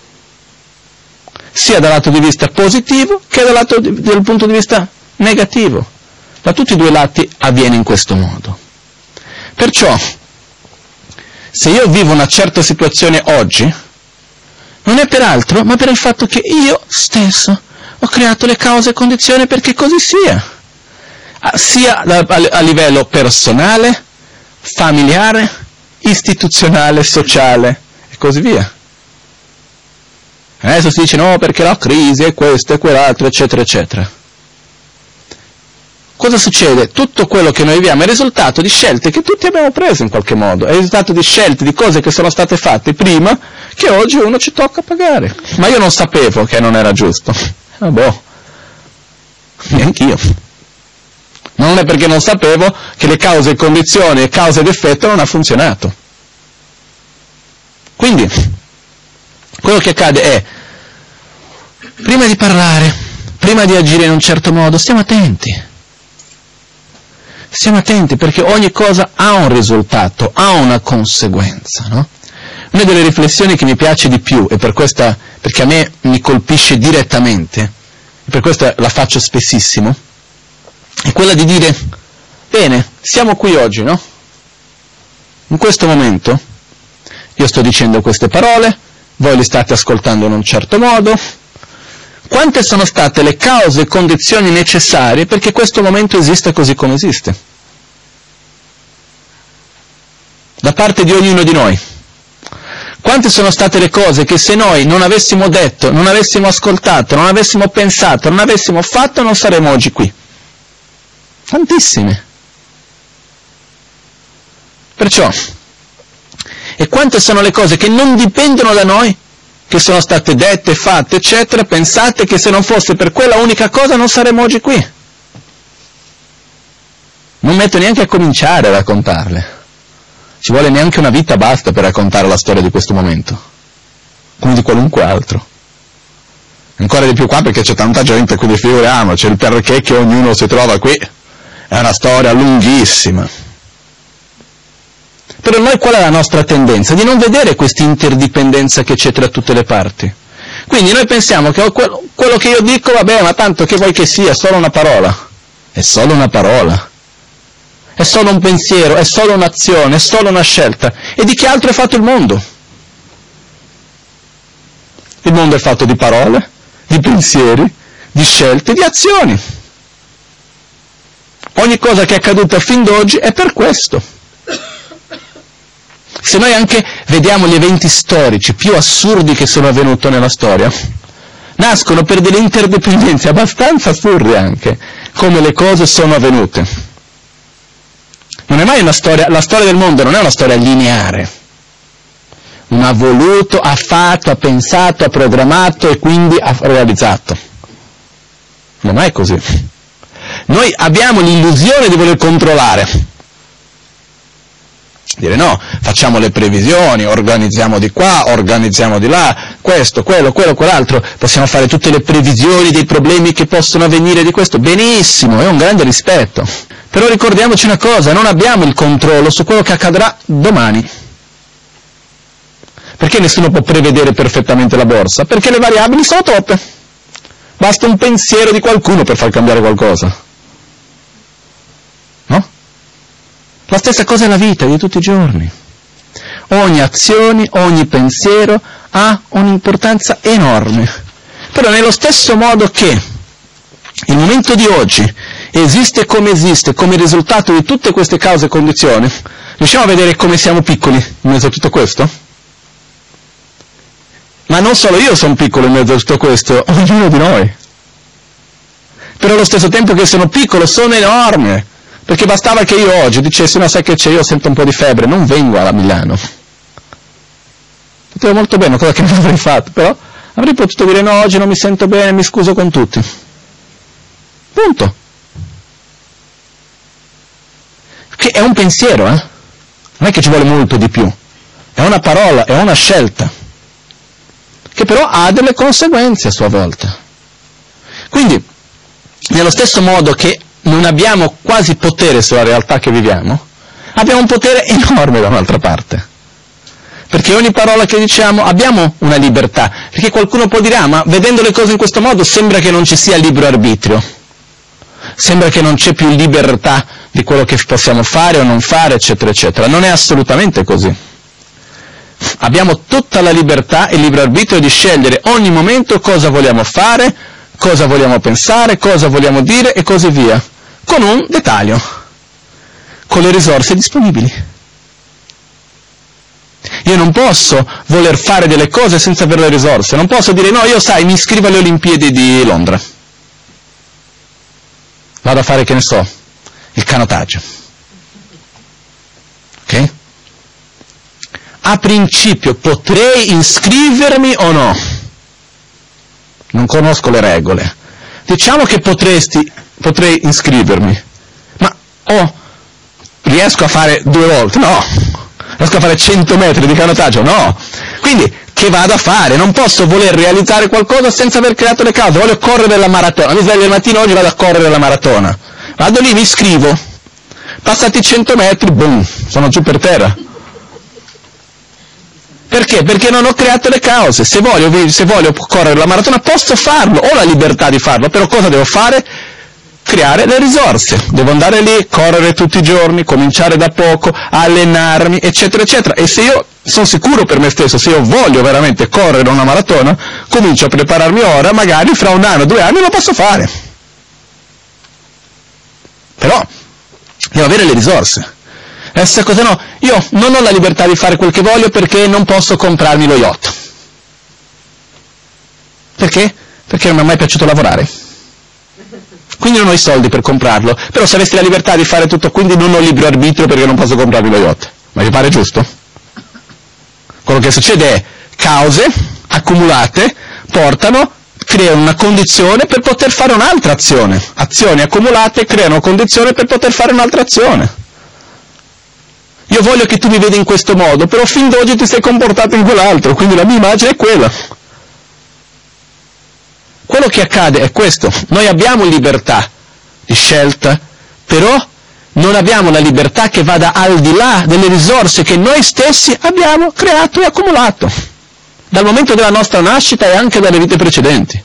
Sia dal lato di vista positivo che dal, lato di, dal punto di vista negativo. Da tutti e due i lati avviene in questo modo. Perciò, se io vivo una certa situazione oggi, non è per altro, ma per il fatto che io stesso ho creato le cause e condizioni perché così sia. Sia a, a, a livello personale, familiare, istituzionale, sociale e così via. Adesso si dice no perché la crisi è questo e quell'altro, eccetera, eccetera. Cosa succede? Tutto quello che noi viviamo è il risultato di scelte che tutti abbiamo preso in qualche modo, è il risultato di scelte, di cose che sono state fatte prima, che oggi uno ci tocca pagare. Ma io non sapevo che non era giusto. Ah boh, neanch'io. Non è perché non sapevo che le cause e condizioni e causa ed effetto non ha funzionato. Quindi, quello che accade è, prima di parlare, prima di agire in un certo modo, stiamo attenti. Stiamo attenti perché ogni cosa ha un risultato, ha una conseguenza, no? Una delle riflessioni che mi piace di più, e per questa, perché a me mi colpisce direttamente, e per questo la faccio spessissimo, è quella di dire, bene, siamo qui oggi, no? In questo momento, io sto dicendo queste parole, voi le state ascoltando in un certo modo, quante sono state le cause e condizioni necessarie perché questo momento esista così come esiste? Da parte di ognuno di noi. Quante sono state le cose che se noi non avessimo detto, non avessimo ascoltato, non avessimo pensato, non avessimo fatto, non saremmo oggi qui? Tantissime. Perciò, e quante sono le cose che non dipendono da noi, che sono state dette, fatte, eccetera, pensate che se non fosse per quella unica cosa non saremmo oggi qui. Non metto neanche a cominciare a raccontarle. Ci vuole neanche una vita basta per raccontare la storia di questo momento, come di qualunque altro. Ancora di più qua perché c'è tanta gente, quindi figuriamoci, il perché che ognuno si trova qui è una storia lunghissima. Però noi qual è la nostra tendenza? Di non vedere questa interdipendenza che c'è tra tutte le parti. Quindi noi pensiamo che quello che io dico, vabbè, ma tanto che vuoi che sia, è solo una parola. È solo una parola. È solo un pensiero, è solo un'azione, è solo una scelta. E di che altro è fatto il mondo? Il mondo è fatto di parole, di pensieri, di scelte, di azioni. Ogni cosa che è accaduta fin d'oggi è per questo. Se noi anche vediamo gli eventi storici più assurdi che sono avvenuti nella storia, nascono per delle interdipendenze abbastanza assurde anche, come le cose sono avvenute. Non è mai una storia, la storia del mondo non è una storia lineare. Uno ha voluto, ha fatto, ha pensato, ha programmato e quindi ha realizzato. Non è così. Noi abbiamo l'illusione di voler controllare. Dire no, facciamo le previsioni, organizziamo di qua, organizziamo di là, questo, quello, quello, quell'altro, possiamo fare tutte le previsioni dei problemi che possono avvenire di questo, benissimo, è un grande rispetto. Però ricordiamoci una cosa, non abbiamo il controllo su quello che accadrà domani. Perché nessuno può prevedere perfettamente la borsa? Perché le variabili sono troppe. Basta un pensiero di qualcuno per far cambiare qualcosa. No? La stessa cosa è la vita di tutti i giorni. Ogni azione, ogni pensiero ha un'importanza enorme. Però nello stesso modo che il momento di oggi esiste come esiste, come risultato di tutte queste cause e condizioni, riusciamo a vedere come siamo piccoli in mezzo a tutto questo? Ma non solo io sono piccolo in mezzo a tutto questo, ognuno di noi. Però allo stesso tempo che sono piccolo sono enorme, perché bastava che io oggi dicessi, no sai che c'è, io sento un po' di febbre, non vengo a Milano. Sapevo molto bene cosa che non avrei fatto, però avrei potuto dire no, oggi non mi sento bene, mi scuso con tutti. Punto. Che è un pensiero, eh? Non è che ci vuole molto di più. È una parola, è una scelta, che però ha delle conseguenze a sua volta. Quindi, nello stesso modo che non abbiamo quasi potere sulla realtà che viviamo, abbiamo un potere enorme da un'altra parte. Perché ogni parola che diciamo abbiamo una libertà. Perché qualcuno può dire, ah, ma vedendo le cose in questo modo sembra che non ci sia libero arbitrio. Sembra che non c'è più libertà di quello che possiamo fare o non fare, eccetera, eccetera. Non è assolutamente così. Abbiamo tutta la libertà e il libero arbitrio di scegliere ogni momento cosa vogliamo fare, cosa vogliamo pensare, cosa vogliamo dire e così via. Con un dettaglio. Con le risorse disponibili. Io non posso voler fare delle cose senza avere le risorse, non posso dire no, io sai, mi iscrivo alle Olimpiadi di Londra. Vado a fare, che ne so, il canottaggio. Ok? A principio potrei iscrivermi o no? Non conosco le regole. Diciamo che potresti, potrei iscrivermi, ma oh, riesco a fare due volte? No. Riesco a fare cento metri di canottaggio? No. Quindi, che vado a fare? Non posso voler realizzare qualcosa senza aver creato le cause. Voglio correre la maratona. Mi sveglio il mattino, oggi vado a correre la maratona. Vado lì, mi iscrivo. Passati cento metri, boom, sono giù per terra. Perché? Perché non ho creato le cause. Se voglio, se voglio correre la maratona posso farlo, ho la libertà di farlo, però cosa devo fare? Creare le risorse, devo andare lì, correre tutti i giorni, cominciare da poco, allenarmi, eccetera, eccetera. E se io sono sicuro per me stesso, se io voglio veramente correre una maratona, comincio a prepararmi ora, magari fra un anno, due anni lo posso fare. Però devo avere le risorse. E se cosa no, io non ho la libertà di fare quel che voglio perché non posso comprarmi lo yacht. Perché? Perché non mi è mai piaciuto lavorare. Quindi non ho i soldi per comprarlo, però se avessi la libertà di fare tutto, quindi non ho libero arbitrio perché non posso comprarmi lo yacht. Ma vi pare giusto? Quello che succede è cause accumulate portano, creano una condizione per poter fare un'altra azione. Azioni accumulate creano condizione per poter fare un'altra azione. Io voglio che tu mi vedi in questo modo, però fin d'oggi ti sei comportato in quell'altro, quindi la mia immagine è quella. Quello che accade è questo, noi abbiamo libertà di scelta, però non abbiamo la libertà che vada al di là delle risorse che noi stessi abbiamo creato e accumulato, dal momento della nostra nascita e anche dalle vite precedenti.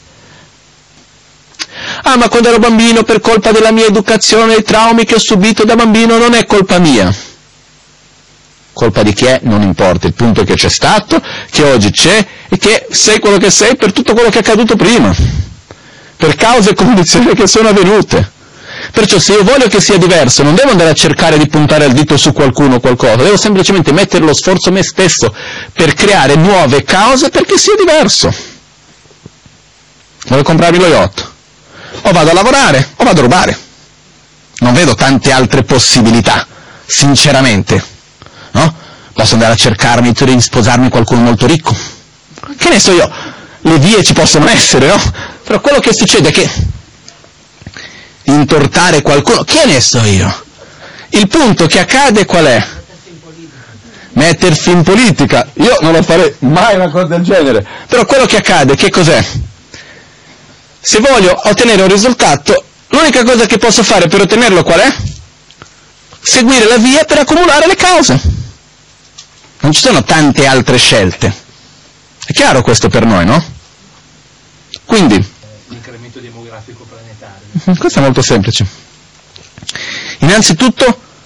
Ah, ma quando ero bambino per colpa della mia educazione e i traumi che ho subito da bambino non è colpa mia. Colpa di chi è? Non importa, il punto è che c'è stato, che oggi c'è e che sei quello che sei per tutto quello che è accaduto prima, per cause e condizioni che sono avvenute. Perciò se io voglio che sia diverso, non devo andare a cercare di puntare il dito su qualcuno o qualcosa, devo semplicemente mettere lo sforzo me stesso per creare nuove cause perché sia diverso. Voglio comprarmi lo yacht, o vado a lavorare o vado a rubare. Non vedo tante altre possibilità, sinceramente. No? Posso andare a cercarmi di sposarmi qualcuno molto ricco. Che ne so io, le vie ci possono essere, no? Però quello che succede è che intortare qualcuno, che ne so io? Il punto che accade qual è? Mettersi in politica. Io non lo farei mai una cosa del genere. Però quello che accade, che cos'è? Se voglio ottenere un risultato, l'unica cosa che posso fare per ottenerlo qual è? Seguire la via per accumulare le cause. Non ci sono tante altre scelte. È chiaro questo per noi, no? Quindi,
l'incremento demografico planetario.
Questo è molto semplice. Innanzitutto,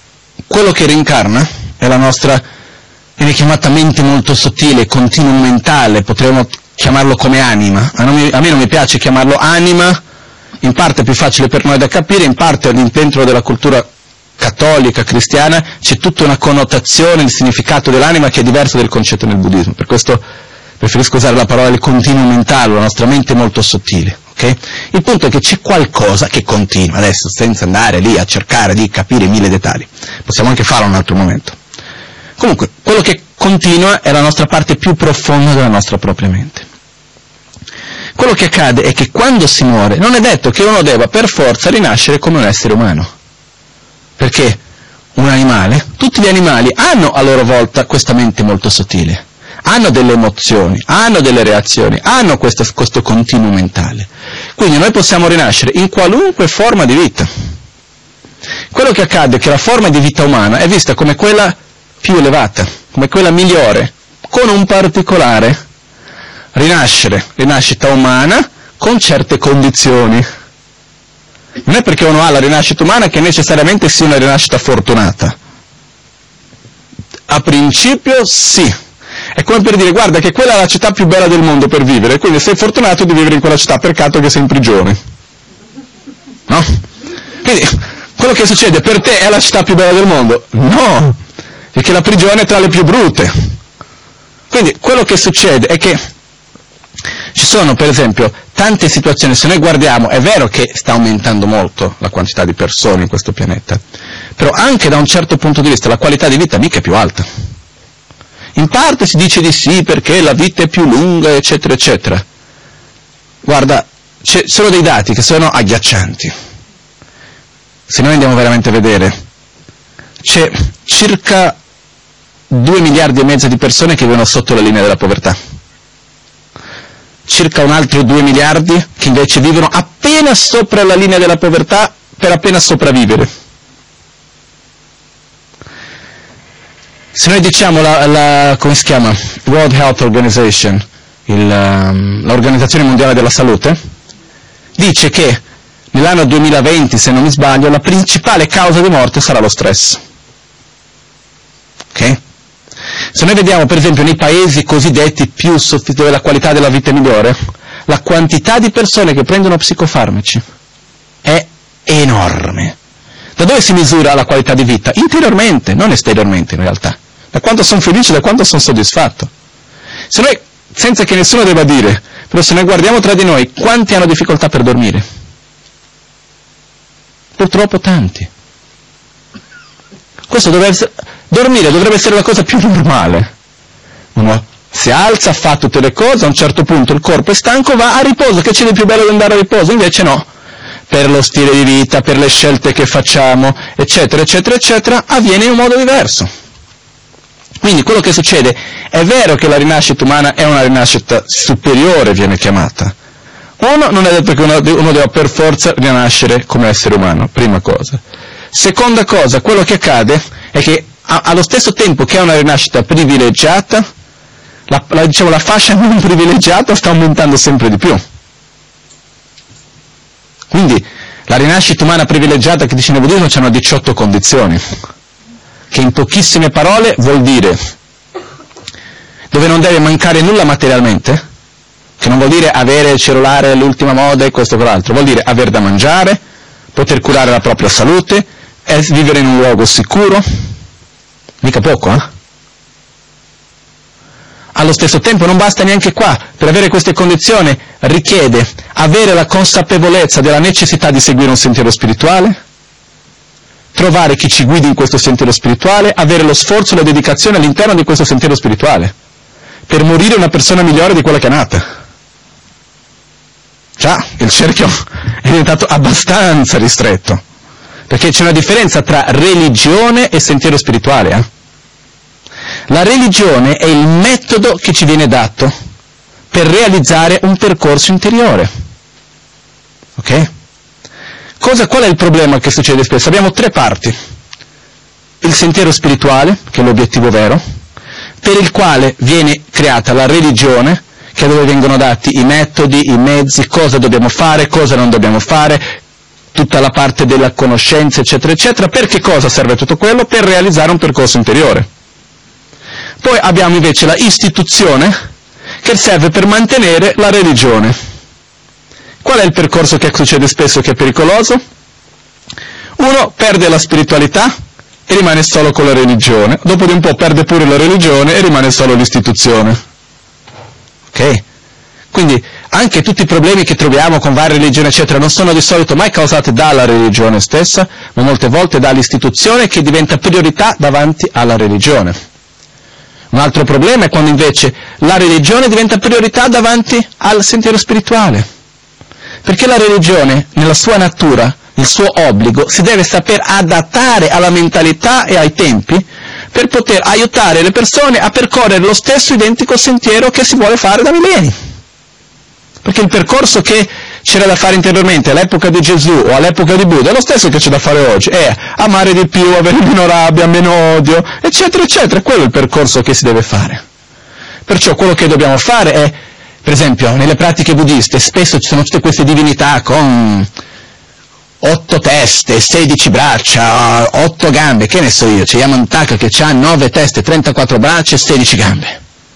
quello che rincarna è la nostra, viene chiamata mente molto sottile, continuum mentale, potremmo chiamarlo come anima. A, non mi, a me non mi piace chiamarlo anima, in parte è più facile per noi da capire, in parte all'interno della cultura cattolica, cristiana, c'è tutta una connotazione, il significato dell'anima che è diverso del concetto nel buddismo. Per questo preferisco usare la parola del continuum mentale, la nostra mente molto sottile. Okay? Il punto è che c'è qualcosa che continua, adesso senza andare lì a cercare di capire mille dettagli, possiamo anche farlo in un altro momento. Comunque, quello che continua è la nostra parte più profonda della nostra propria mente. Quello che accade è che quando si muore non è detto che uno debba per forza rinascere come un essere umano, perché un animale, tutti gli animali hanno a loro volta questa mente molto sottile, hanno delle emozioni, hanno delle reazioni, hanno questo, questo continuum mentale. Quindi noi possiamo rinascere in qualunque forma di vita. Quello che accade è che la forma di vita umana è vista come quella più elevata, come quella migliore, con un particolare: rinascere, rinascita umana con certe condizioni. Non è perché uno ha la rinascita umana che necessariamente sia una rinascita fortunata. A principio sì. È come per dire: guarda che quella è la città più bella del mondo per vivere, quindi sei fortunato di vivere in quella città, peccato che sei in prigione. No? Quindi quello che succede per te è la città più bella del mondo? No, perché la prigione è tra le più brutte. Quindi quello che succede è che ci sono, per esempio, tante situazioni. Se noi guardiamo, è vero che sta aumentando molto la quantità di persone in questo pianeta, però anche da un certo punto di vista la qualità di vita mica è più alta. In parte si dice di sì perché la vita è più lunga, eccetera, eccetera. Guarda, ci sono dei dati che sono agghiaccianti. Se noi andiamo veramente a vedere, c'è circa due miliardi e mezzo di persone che vivono sotto la linea della povertà. Circa un altro due miliardi che invece vivono appena sopra la linea della povertà per appena sopravvivere. Se noi diciamo la, la come si chiama? World Health Organization, il, um, l'Organizzazione Mondiale della Salute, dice che nell'anno duemilaventi, se non mi sbaglio, la principale causa di morte sarà lo stress. Ok? Se noi vediamo per esempio nei paesi cosiddetti più sofisticati, dove la qualità della vita è migliore, la quantità di persone che prendono psicofarmaci è enorme. Da dove si misura la qualità di vita? Interiormente, non esteriormente in realtà. Da quanto sono felice, da quanto sono soddisfatto. Se noi, senza che nessuno debba dire, però se noi guardiamo tra di noi, quanti hanno difficoltà per dormire? Purtroppo tanti. Questo dovrebbe essere, dormire dovrebbe essere la cosa più normale. Uno si alza, fa tutte le cose, a un certo punto il corpo è stanco, va a riposo, che c'è di più bello di andare a riposo? Invece no. Per lo stile di vita, per le scelte che facciamo, eccetera, eccetera, eccetera, avviene in un modo diverso. Quindi quello che succede, è vero che la rinascita umana è una rinascita superiore, viene chiamata. Uno, non è detto che uno, uno deve per forza rinascere come essere umano, prima cosa. Seconda cosa, quello che accade è che a, allo stesso tempo che è una rinascita privilegiata, la, la, diciamo, la fascia non privilegiata sta aumentando sempre di più. Quindi la rinascita umana privilegiata che dice nel buddismo c'hanno diciotto condizioni, che in pochissime parole vuol dire dove non deve mancare nulla materialmente, che non vuol dire avere il cellulare l'ultima moda e questo e quell'altro, vuol dire aver da mangiare, poter curare la propria salute, e vivere in un luogo sicuro, mica poco, eh? Allo stesso tempo non basta neanche qua, per avere queste condizioni richiede avere la consapevolezza della necessità di seguire un sentiero spirituale, trovare chi ci guidi in questo sentiero spirituale, avere lo sforzo e la dedicazione all'interno di questo sentiero spirituale, per morire una persona migliore di quella che è nata. Già, il cerchio è diventato abbastanza ristretto, perché c'è una differenza tra religione e sentiero spirituale, eh? La religione è il metodo che ci viene dato per realizzare un percorso interiore. Ok? Cosa, qual è il problema che succede spesso? Abbiamo tre parti. Il sentiero spirituale, che è l'obiettivo vero, per il quale viene creata la religione, che è dove vengono dati i metodi, i mezzi, cosa dobbiamo fare, cosa non dobbiamo fare, tutta la parte della conoscenza, eccetera, eccetera. Per che cosa serve tutto quello? Per realizzare un percorso interiore. Poi abbiamo invece la istituzione, che serve per mantenere la religione. Qual è il percorso che succede spesso che è pericoloso? Uno perde la spiritualità e rimane solo con la religione, dopo di un po' perde pure la religione e rimane solo l'istituzione. Ok? Quindi anche tutti i problemi che troviamo con varie religioni, eccetera, non sono di solito mai causati dalla religione stessa, ma molte volte dall'istituzione che diventa priorità davanti alla religione. Un altro problema è quando invece la religione diventa priorità davanti al sentiero spirituale. Perché la religione, nella sua natura, il suo obbligo, si deve saper adattare alla mentalità e ai tempi per poter aiutare le persone a percorrere lo stesso identico sentiero che si vuole fare da millenni. Perché il percorso che c'era da fare interiormente all'epoca di Gesù o all'epoca di Buddha è lo stesso che c'è da fare oggi, è amare di più, avere meno rabbia, meno odio, eccetera, eccetera. Quello è il percorso che si deve fare. Perciò quello che dobbiamo fare è, per esempio, nelle pratiche buddiste spesso ci sono tutte queste divinità con otto teste, sedici braccia, otto gambe, che ne so io, c'è Yamantaka che ha nove teste, trentaquattro braccia e sedici gambe.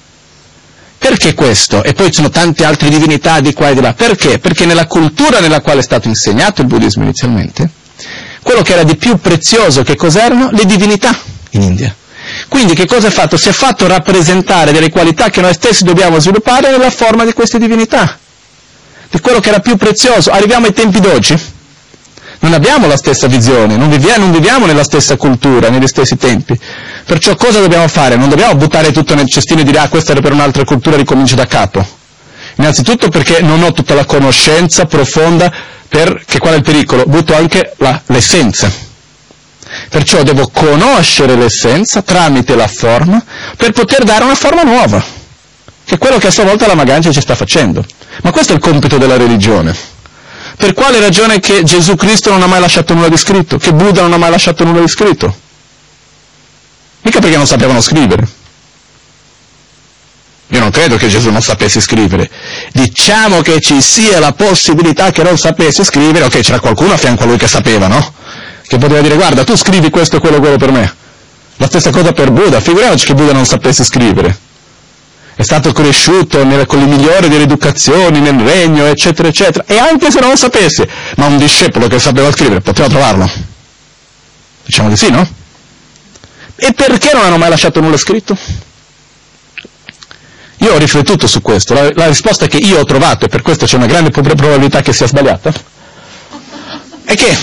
Perché questo? E poi ci sono tante altre divinità di qua e di là. Perché? Perché nella cultura nella quale è stato insegnato il buddismo inizialmente, quello che era di più prezioso che cos'erano? Le divinità in India. Quindi che cosa è fatto? Si è fatto rappresentare delle qualità che noi stessi dobbiamo sviluppare nella forma di queste divinità. Di quello che era più prezioso. Arriviamo ai tempi d'oggi. Non abbiamo la stessa visione, non viviamo, non viviamo nella stessa cultura, negli stessi tempi. Perciò cosa dobbiamo fare? Non dobbiamo buttare tutto nel cestino e dire ah, questa era per un'altra cultura, ricomincio da capo. Innanzitutto perché non ho tutta la conoscenza profonda, perché qual è il pericolo? Butto anche la, l'essenza. Perciò devo conoscere l'essenza tramite la forma per poter dare una forma nuova, che è quello che a sua volta la Magancia ci sta facendo. Ma questo è il compito della religione. Per quale ragione che Gesù Cristo non ha mai lasciato nulla di scritto? Che Buddha non ha mai lasciato nulla di scritto? Mica perché non sapevano scrivere. Io non credo che Gesù non sapesse scrivere. Diciamo che ci sia la possibilità che non sapesse scrivere, ok, c'era qualcuno a fianco a lui che sapeva, no? Che poteva dire, guarda, tu scrivi questo e quello, quello per me. La stessa cosa per Buddha, figuriamoci che Buddha non sapesse scrivere. È stato cresciuto nelle, con le migliori delle educazioni, nel regno, eccetera, eccetera. E anche se non lo sapesse, ma un discepolo che sapeva scrivere, poteva trovarlo. Diciamo di sì, no? E perché non hanno mai lasciato nulla scritto? Io ho riflettuto su questo. La, la risposta che io ho trovato, e per questo c'è una grande probabilità che sia sbagliata, è che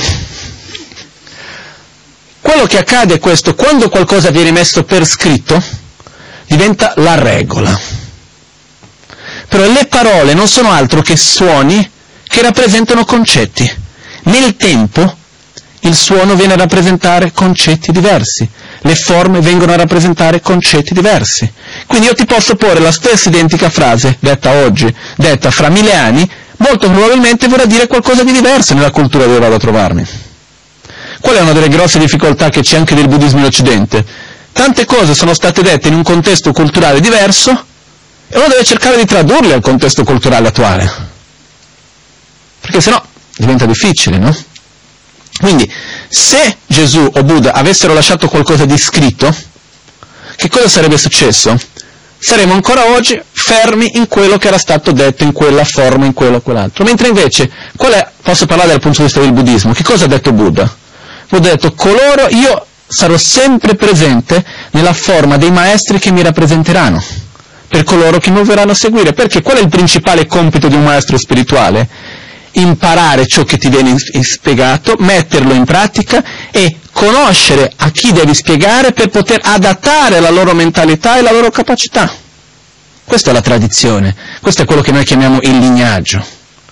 quello che accade è questo: quando qualcosa viene messo per scritto, diventa la regola. Però le parole non sono altro che suoni che rappresentano concetti. Nel tempo il suono viene a rappresentare concetti diversi, le forme vengono a rappresentare concetti diversi. Quindi io ti posso porre la stessa identica frase, detta oggi, detta fra mille anni, molto probabilmente vorrà dire qualcosa di diverso nella cultura dove vado a trovarmi. Qual è una delle grosse difficoltà che c'è anche del buddismo in Occidente? Tante cose sono state dette in un contesto culturale diverso e uno deve cercare di tradurle al contesto culturale attuale. Perché sennò diventa difficile, no? Quindi, se Gesù o Buddha avessero lasciato qualcosa di scritto, che cosa sarebbe successo? Saremmo ancora oggi fermi in quello che era stato detto, in quella forma, in quello o quell'altro. Mentre invece, qual è, posso parlare dal punto di vista del buddismo, che cosa ha detto Buddha? Buddha ha detto, coloro, io sarò sempre presente nella forma dei maestri che mi rappresenteranno, per coloro che mi verranno a seguire. Perché qual è il principale compito di un maestro spirituale? Imparare ciò che ti viene spiegato, metterlo in pratica e conoscere a chi devi spiegare per poter adattare la loro mentalità e la loro capacità. Questa è la tradizione, questo è quello che noi chiamiamo il lignaggio.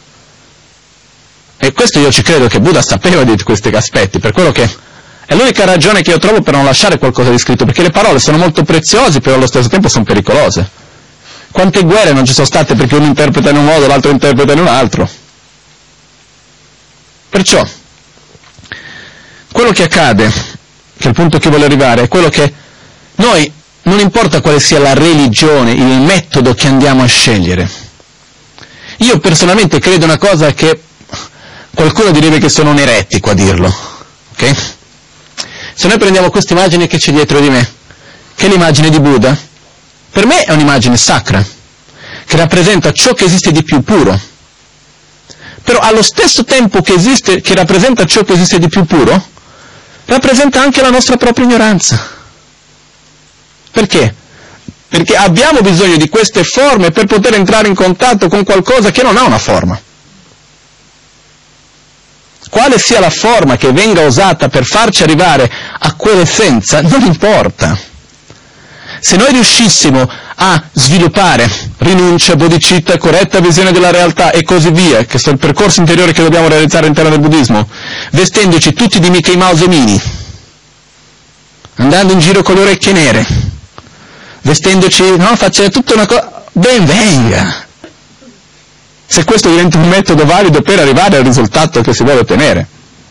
E questo io ci credo che Buddha sapeva di questi aspetti, per quello che è l'unica ragione che io trovo per non lasciare qualcosa di scritto, perché le parole sono molto preziose, però allo stesso tempo sono pericolose. Quante guerre non ci sono state perché uno interpreta in un modo e l'altro interpreta in un altro? Perciò, quello che accade, che è il punto che voglio arrivare, è quello che noi, non importa quale sia la religione, il metodo che andiamo a scegliere. Io personalmente credo una cosa che Qualcuno direbbe che sono un eretico a dirlo, ok? Se noi prendiamo questa immagine che c'è dietro di me, che è l'immagine di Buddha, per me è un'immagine sacra, che rappresenta ciò che esiste di più puro. Però allo stesso tempo che esiste, che rappresenta ciò che esiste di più puro, rappresenta anche la nostra propria ignoranza. Perché? Perché abbiamo bisogno di queste forme per poter entrare in contatto con qualcosa che non ha una forma. Quale sia la forma che venga usata per farci arrivare a quell'essenza, non importa. Se noi riuscissimo a sviluppare rinuncia, bodhicitta, corretta visione della realtà e così via, che è il percorso interiore che dobbiamo realizzare all'interno del buddismo, vestendoci tutti di Mickey Mouse e Minnie, andando in giro con le orecchie nere, vestendoci, no, facendo tutta una cosa, ben venga! Se questo diventa un metodo valido per arrivare al risultato che si vuole ottenere.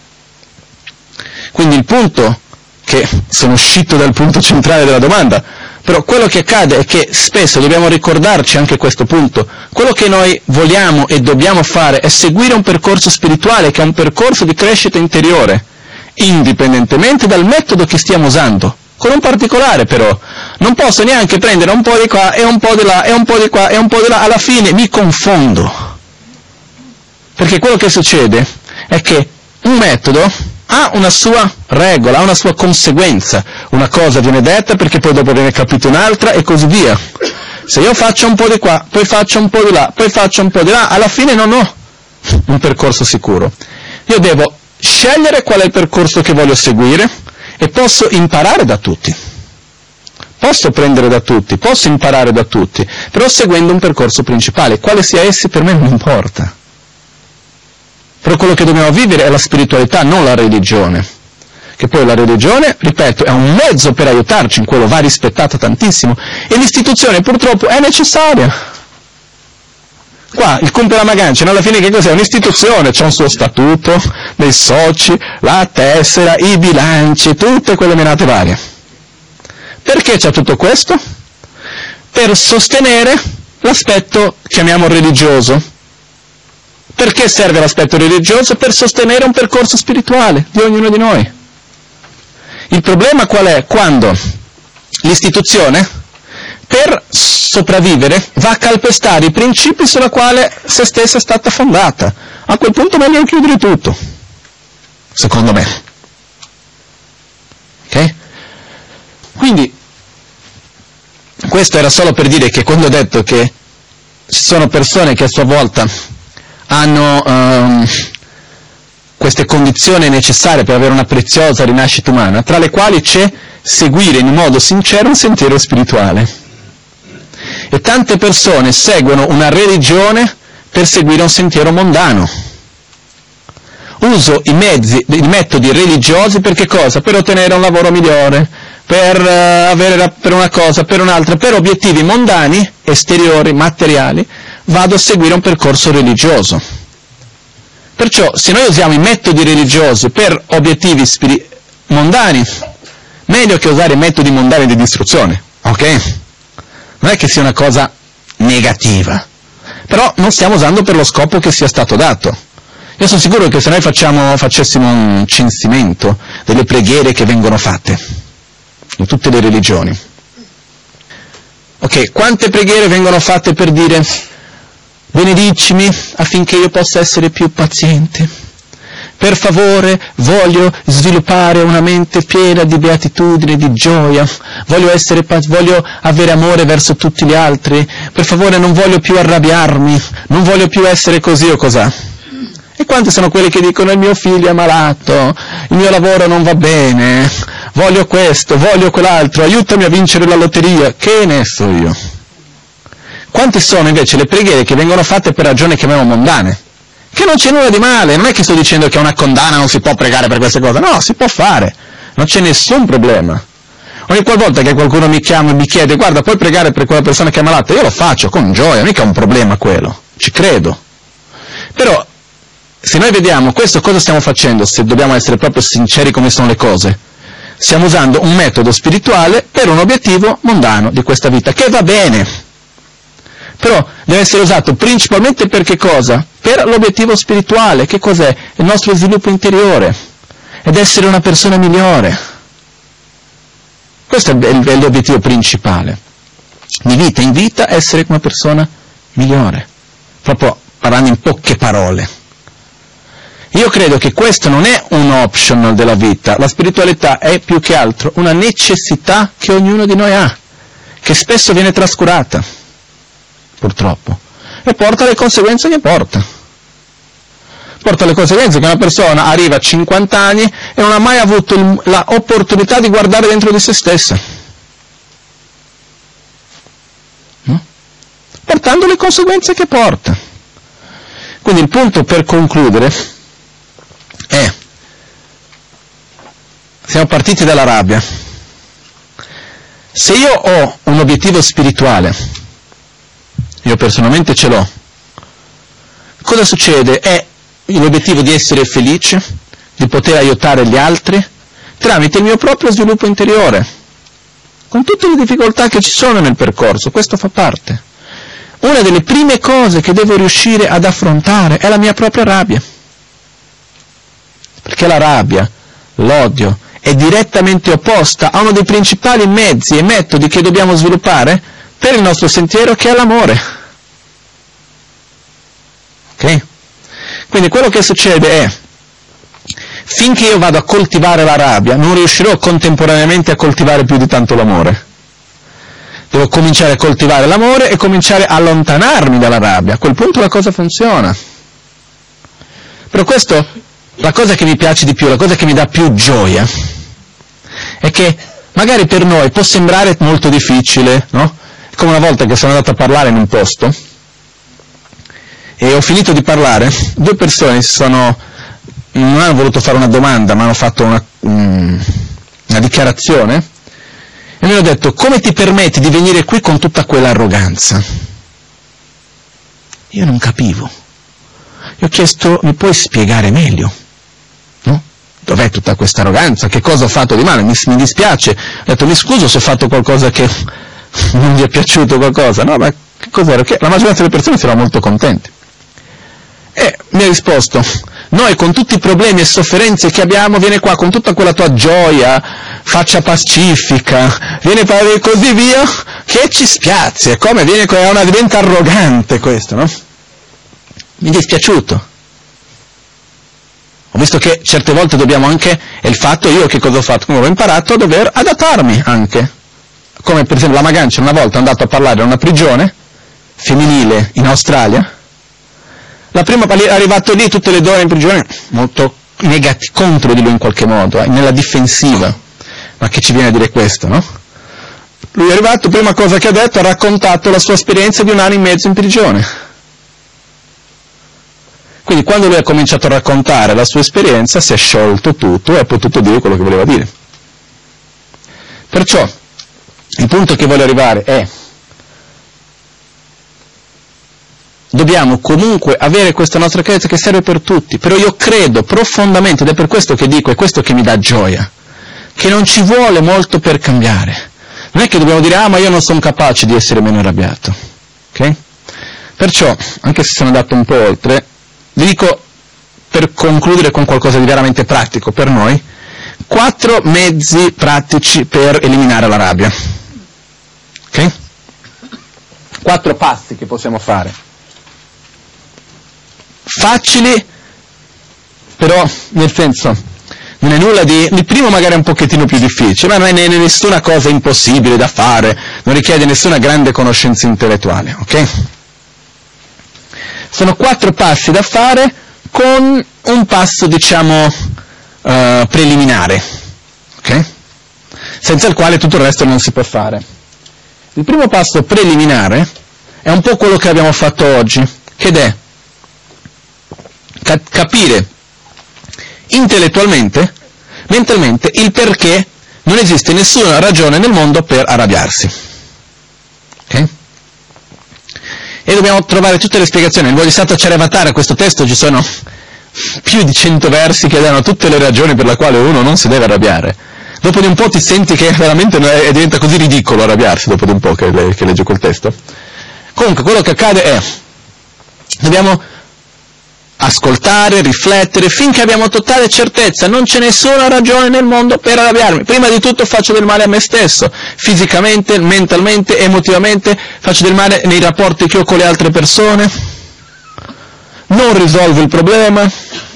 Quindi il punto, che sono uscito dal punto centrale della domanda, però quello che accade è che spesso dobbiamo ricordarci anche questo punto. Quello che noi vogliamo e dobbiamo fare è seguire un percorso spirituale che è un percorso di crescita interiore, indipendentemente dal metodo che stiamo usando. Con un particolare però, non posso neanche prendere un po' di qua e un po' di là e un po' di qua e un po' di là, alla fine mi confondo. Perché quello che succede è che un metodo ha una sua regola, ha una sua conseguenza. Una cosa viene detta perché poi dopo viene capita un'altra e così via. Se io faccio un po' di qua, poi faccio un po' di là, poi faccio un po' di là, alla fine non ho un percorso sicuro. Io devo scegliere qual è il percorso che voglio seguire e posso imparare da tutti. Posso prendere da tutti, posso imparare da tutti, però seguendo un percorso principale. Quale sia essi per me non importa. Però quello che dobbiamo vivere è la spiritualità, non la religione. Che poi la religione, ripeto, è un mezzo per aiutarci, in quello va rispettata tantissimo, e l'istituzione purtroppo è necessaria. Qua il Kumbhela Ganchen alla fine che cos'è? Un'istituzione, c'è un suo statuto, dei soci, la tessera, i bilanci, tutte quelle menate varie. Perché c'è tutto questo? Per sostenere l'aspetto, chiamiamo religioso. Perché serve l'aspetto religioso? Per sostenere un percorso spirituale di ognuno di noi. Il problema qual è? Quando l'istituzione, per sopravvivere, va a calpestare i principi sulla quale se stessa è stata fondata. A quel punto meglio chiudere tutto, secondo me. Ok? Quindi, questo era solo per dire che quando ho detto che ci sono persone che a sua volta hanno um, queste condizioni necessarie per avere una preziosa rinascita umana, tra le quali c'è seguire in modo sincero un sentiero spirituale. E tante persone seguono una religione per seguire un sentiero mondano. Uso i mezzi, i metodi religiosi per che cosa? Per ottenere un lavoro migliore, per uh, avere per una cosa, per un'altra, per obiettivi mondani, esteriori, materiali, vado a seguire un percorso religioso. Perciò, se noi usiamo i metodi religiosi per obiettivi spiri- mondani, meglio che usare metodi mondani di distruzione, ok? Non è che sia una cosa negativa, però non stiamo usando per lo scopo che sia stato dato. Io sono sicuro che se noi facciamo, facessimo un censimento delle preghiere che vengono fatte in tutte le religioni, ok, quante preghiere vengono fatte per dire benedicimi affinché io possa essere più paziente, per favore voglio sviluppare una mente piena di beatitudine, di gioia, voglio, essere, voglio avere amore verso tutti gli altri, per favore non voglio più arrabbiarmi, non voglio più essere così o cos'ha. E quanti sono quelli che dicono il mio figlio è malato, il mio lavoro non va bene, voglio questo, voglio quell'altro, aiutami a vincere la lotteria, che ne so io. Quante sono invece le preghiere che vengono fatte per ragioni chiamiamo mondane? Che non c'è nulla di male, non è che sto dicendo che a una condanna non si può pregare per queste cose, no, si può fare, non c'è nessun problema. Ogni qualvolta che qualcuno mi chiama e mi chiede, guarda, puoi pregare per quella persona che è malata, io lo faccio con gioia, mica è un problema quello, ci credo. Però, se noi vediamo questo cosa stiamo facendo, se dobbiamo essere proprio sinceri come sono le cose, stiamo usando un metodo spirituale per un obiettivo mondano di questa vita, che va bene. Però deve essere usato principalmente per che cosa? Per l'obiettivo spirituale. Che cos'è? Il nostro sviluppo interiore. Ed essere una persona migliore. Questo è l'obiettivo principale. Di vita in vita essere una persona migliore. Proprio parlando in poche parole. Io credo che questo non è un optional della vita, la spiritualità è più che altro una necessità che ognuno di noi ha, che spesso viene trascurata, purtroppo, e porta alle conseguenze che porta. Porta alle conseguenze che una persona arriva a cinquanta anni e non ha mai avuto l'opportunità di guardare dentro di se stessa, no? Portando le conseguenze che porta. Quindi il punto per concludere è, siamo partiti dalla rabbia. Se io ho un obiettivo spirituale, io personalmente ce l'ho, cosa succede? È l'obiettivo di essere felice, di poter aiutare gli altri, tramite il mio proprio sviluppo interiore, con tutte le difficoltà che ci sono nel percorso, questo fa parte. Una delle prime cose che devo riuscire ad affrontare è la mia propria rabbia. Perché la rabbia, l'odio, è direttamente opposta a uno dei principali mezzi e metodi che dobbiamo sviluppare per il nostro sentiero, che è l'amore. Ok? Quindi quello che succede è, finché io vado a coltivare la rabbia, non riuscirò contemporaneamente a coltivare più di tanto l'amore. Devo cominciare a coltivare l'amore e cominciare a allontanarmi dalla rabbia. A quel punto la cosa funziona. Però questo, la cosa che mi piace di più, la cosa che mi dà più gioia, è che magari per noi può sembrare molto difficile, no? Come una volta che sono andato a parlare in un posto, e ho finito di parlare, due persone si sono, non hanno voluto fare una domanda, ma hanno fatto una, um, una dichiarazione, e mi hanno detto: come ti permetti di venire qui con tutta quell'arroganza? Io non capivo. Io ho chiesto: mi puoi spiegare meglio? No? Dov'è tutta questa arroganza? Che cosa ho fatto di male? Mi, mi dispiace. Ho detto: mi scuso se ho fatto qualcosa che non vi è piaciuto qualcosa. No, ma che cos'era? Che la maggioranza delle persone si era molto contenti. E mi ha risposto: noi con tutti i problemi e sofferenze che abbiamo, vieni qua con tutta quella tua gioia, faccia pacifica, viene e così via, che ci spiazzi, è come viene, è una, diventa arrogante questo, no? Mi è dispiaciuto. Ho visto che certe volte dobbiamo anche, e il fatto io che cosa ho fatto? Come ho imparato a dover adattarmi anche. Come per esempio la Magancia una volta è andato a parlare a una prigione femminile in Australia. La prima è arrivato lì, tutte le donne in prigione molto negati, contro di lui in qualche modo, eh, nella difensiva. Ma che ci viene a dire questo, no? Lui è arrivato, prima cosa che ha detto, ha raccontato la sua esperienza di un anno e mezzo in prigione. Quindi quando lui ha cominciato a raccontare la sua esperienza, si è sciolto tutto e ha potuto dire quello che voleva dire. Perciò, il punto che voglio arrivare è: dobbiamo comunque avere questa nostra credenza che serve per tutti, però io credo profondamente, ed è per questo che dico, è questo che mi dà gioia, che non ci vuole molto per cambiare. Non è che dobbiamo dire: ah, ma io non sono capace di essere meno arrabbiato. Ok? Perciò, anche se sono andato un po' oltre, vi dico, per concludere con qualcosa di veramente pratico per noi, quattro mezzi pratici per eliminare la rabbia. Ok? Quattro passi che possiamo fare. Facili, però nel senso, non è nulla di... il primo magari è un pochettino più difficile, ma non è nessuna cosa impossibile da fare, non richiede nessuna grande conoscenza intellettuale, ok? Sono quattro passi da fare con un passo, diciamo, uh, preliminare, ok? Senza il quale tutto il resto non si può fare. Il primo passo preliminare è un po' quello che abbiamo fatto oggi, che è capire intellettualmente, mentalmente, il perché non esiste nessuna ragione nel mondo per arrabbiarsi. Ok? E dobbiamo trovare tutte le spiegazioni. Nel Bodhisattva Charyavatara, questo testo, ci sono più di cento versi che danno tutte le ragioni per le quali uno non si deve arrabbiare. Dopo di un po' ti senti che veramente diventa così ridicolo arrabbiarsi, dopo di un po' che, che leggi quel testo. Comunque quello che accade è, dobbiamo ascoltare, riflettere, finché abbiamo totale certezza, non c'è nessuna ragione nel mondo per arrabbiarmi. Prima di tutto faccio del male a me stesso, fisicamente, mentalmente, emotivamente, faccio del male nei rapporti che ho con le altre persone, non risolvo il problema,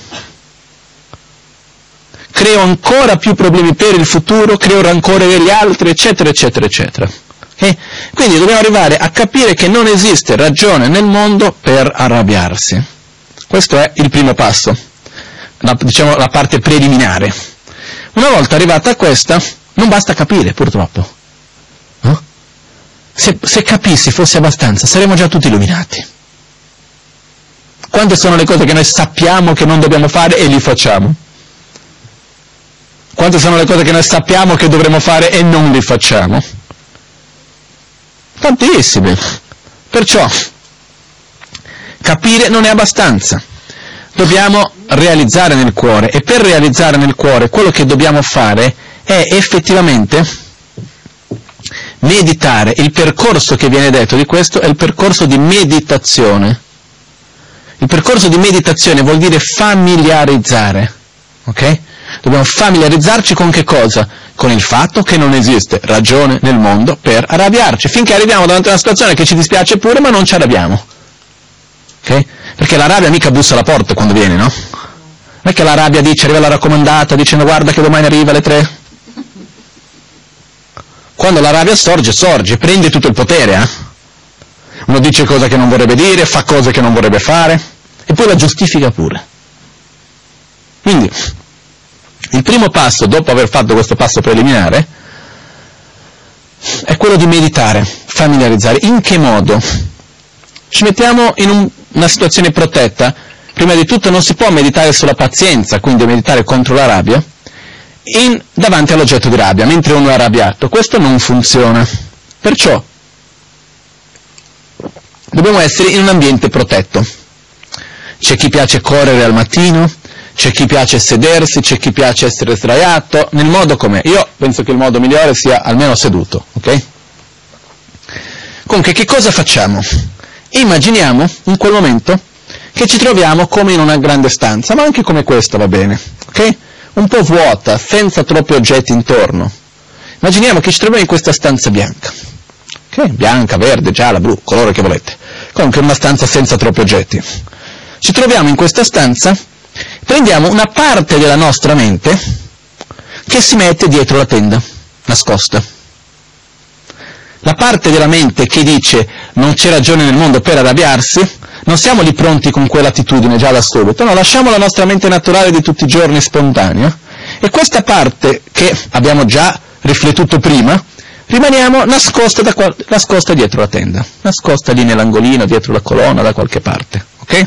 creo ancora più problemi per il futuro, creo rancore degli altri, eccetera, eccetera, eccetera. Okay? Quindi dobbiamo arrivare a capire che non esiste ragione nel mondo per arrabbiarsi. Questo è il primo passo, la, diciamo la parte preliminare. Una volta arrivata a questa, non basta capire, purtroppo. No? Se, se capissi fosse abbastanza, saremmo già tutti illuminati. Quante sono le cose che noi sappiamo che non dobbiamo fare e li facciamo? Quante sono le cose che noi sappiamo che dovremmo fare e non li facciamo? Tantissime. Perciò, capire non è abbastanza. Dobbiamo realizzare nel cuore, e per realizzare nel cuore quello che dobbiamo fare è effettivamente meditare. Il percorso che viene detto di questo è il percorso di meditazione. Il percorso di meditazione vuol dire familiarizzare, ok? Dobbiamo familiarizzarci con che cosa? Con il fatto che non esiste ragione nel mondo per arrabbiarci, finché arriviamo davanti a una situazione che ci dispiace pure, ma non ci arrabbiamo. Ok? Perché la rabbia mica bussa alla porta quando viene, no? Non è che la rabbia dice, arriva la raccomandata dicendo guarda che domani arriva alle tre. Quando la rabbia sorge, sorge, prende tutto il potere, eh? Uno dice cose che non vorrebbe dire, fa cose che non vorrebbe fare, e poi la giustifica pure. Quindi, il primo passo, dopo aver fatto questo passo preliminare, è quello di meditare, familiarizzare. In che modo? Ci mettiamo in un, una situazione protetta. Prima di tutto non si può meditare sulla pazienza, quindi meditare contro la rabbia, in, davanti all'oggetto di rabbia, mentre uno è arrabbiato. Questo non funziona. Perciò dobbiamo essere in un ambiente protetto. C'è chi piace correre al mattino, c'è chi piace sedersi, c'è chi piace essere sdraiato, nel modo com'è. Io penso che il modo migliore sia almeno seduto, ok? Comunque, che cosa facciamo? Immaginiamo in quel momento che ci troviamo come in una grande stanza, ma anche come questa va bene, ok? Un po' vuota, senza troppi oggetti intorno. Immaginiamo che ci troviamo in questa stanza bianca, ok? Bianca, verde, gialla, blu, colore che volete. Comunque una stanza senza troppi oggetti. Ci troviamo in questa stanza, prendiamo una parte della nostra mente che si mette dietro la tenda, nascosta. La parte della mente che dice non c'è ragione nel mondo per arrabbiarsi, non siamo lì pronti con quell'attitudine già da subito, no, lasciamo la nostra mente naturale di tutti i giorni spontanea, e questa parte che abbiamo già riflettuto prima, rimaniamo nascosta, da qual- nascosta dietro la tenda, nascosta lì nell'angolino, dietro la colonna, da qualche parte, ok?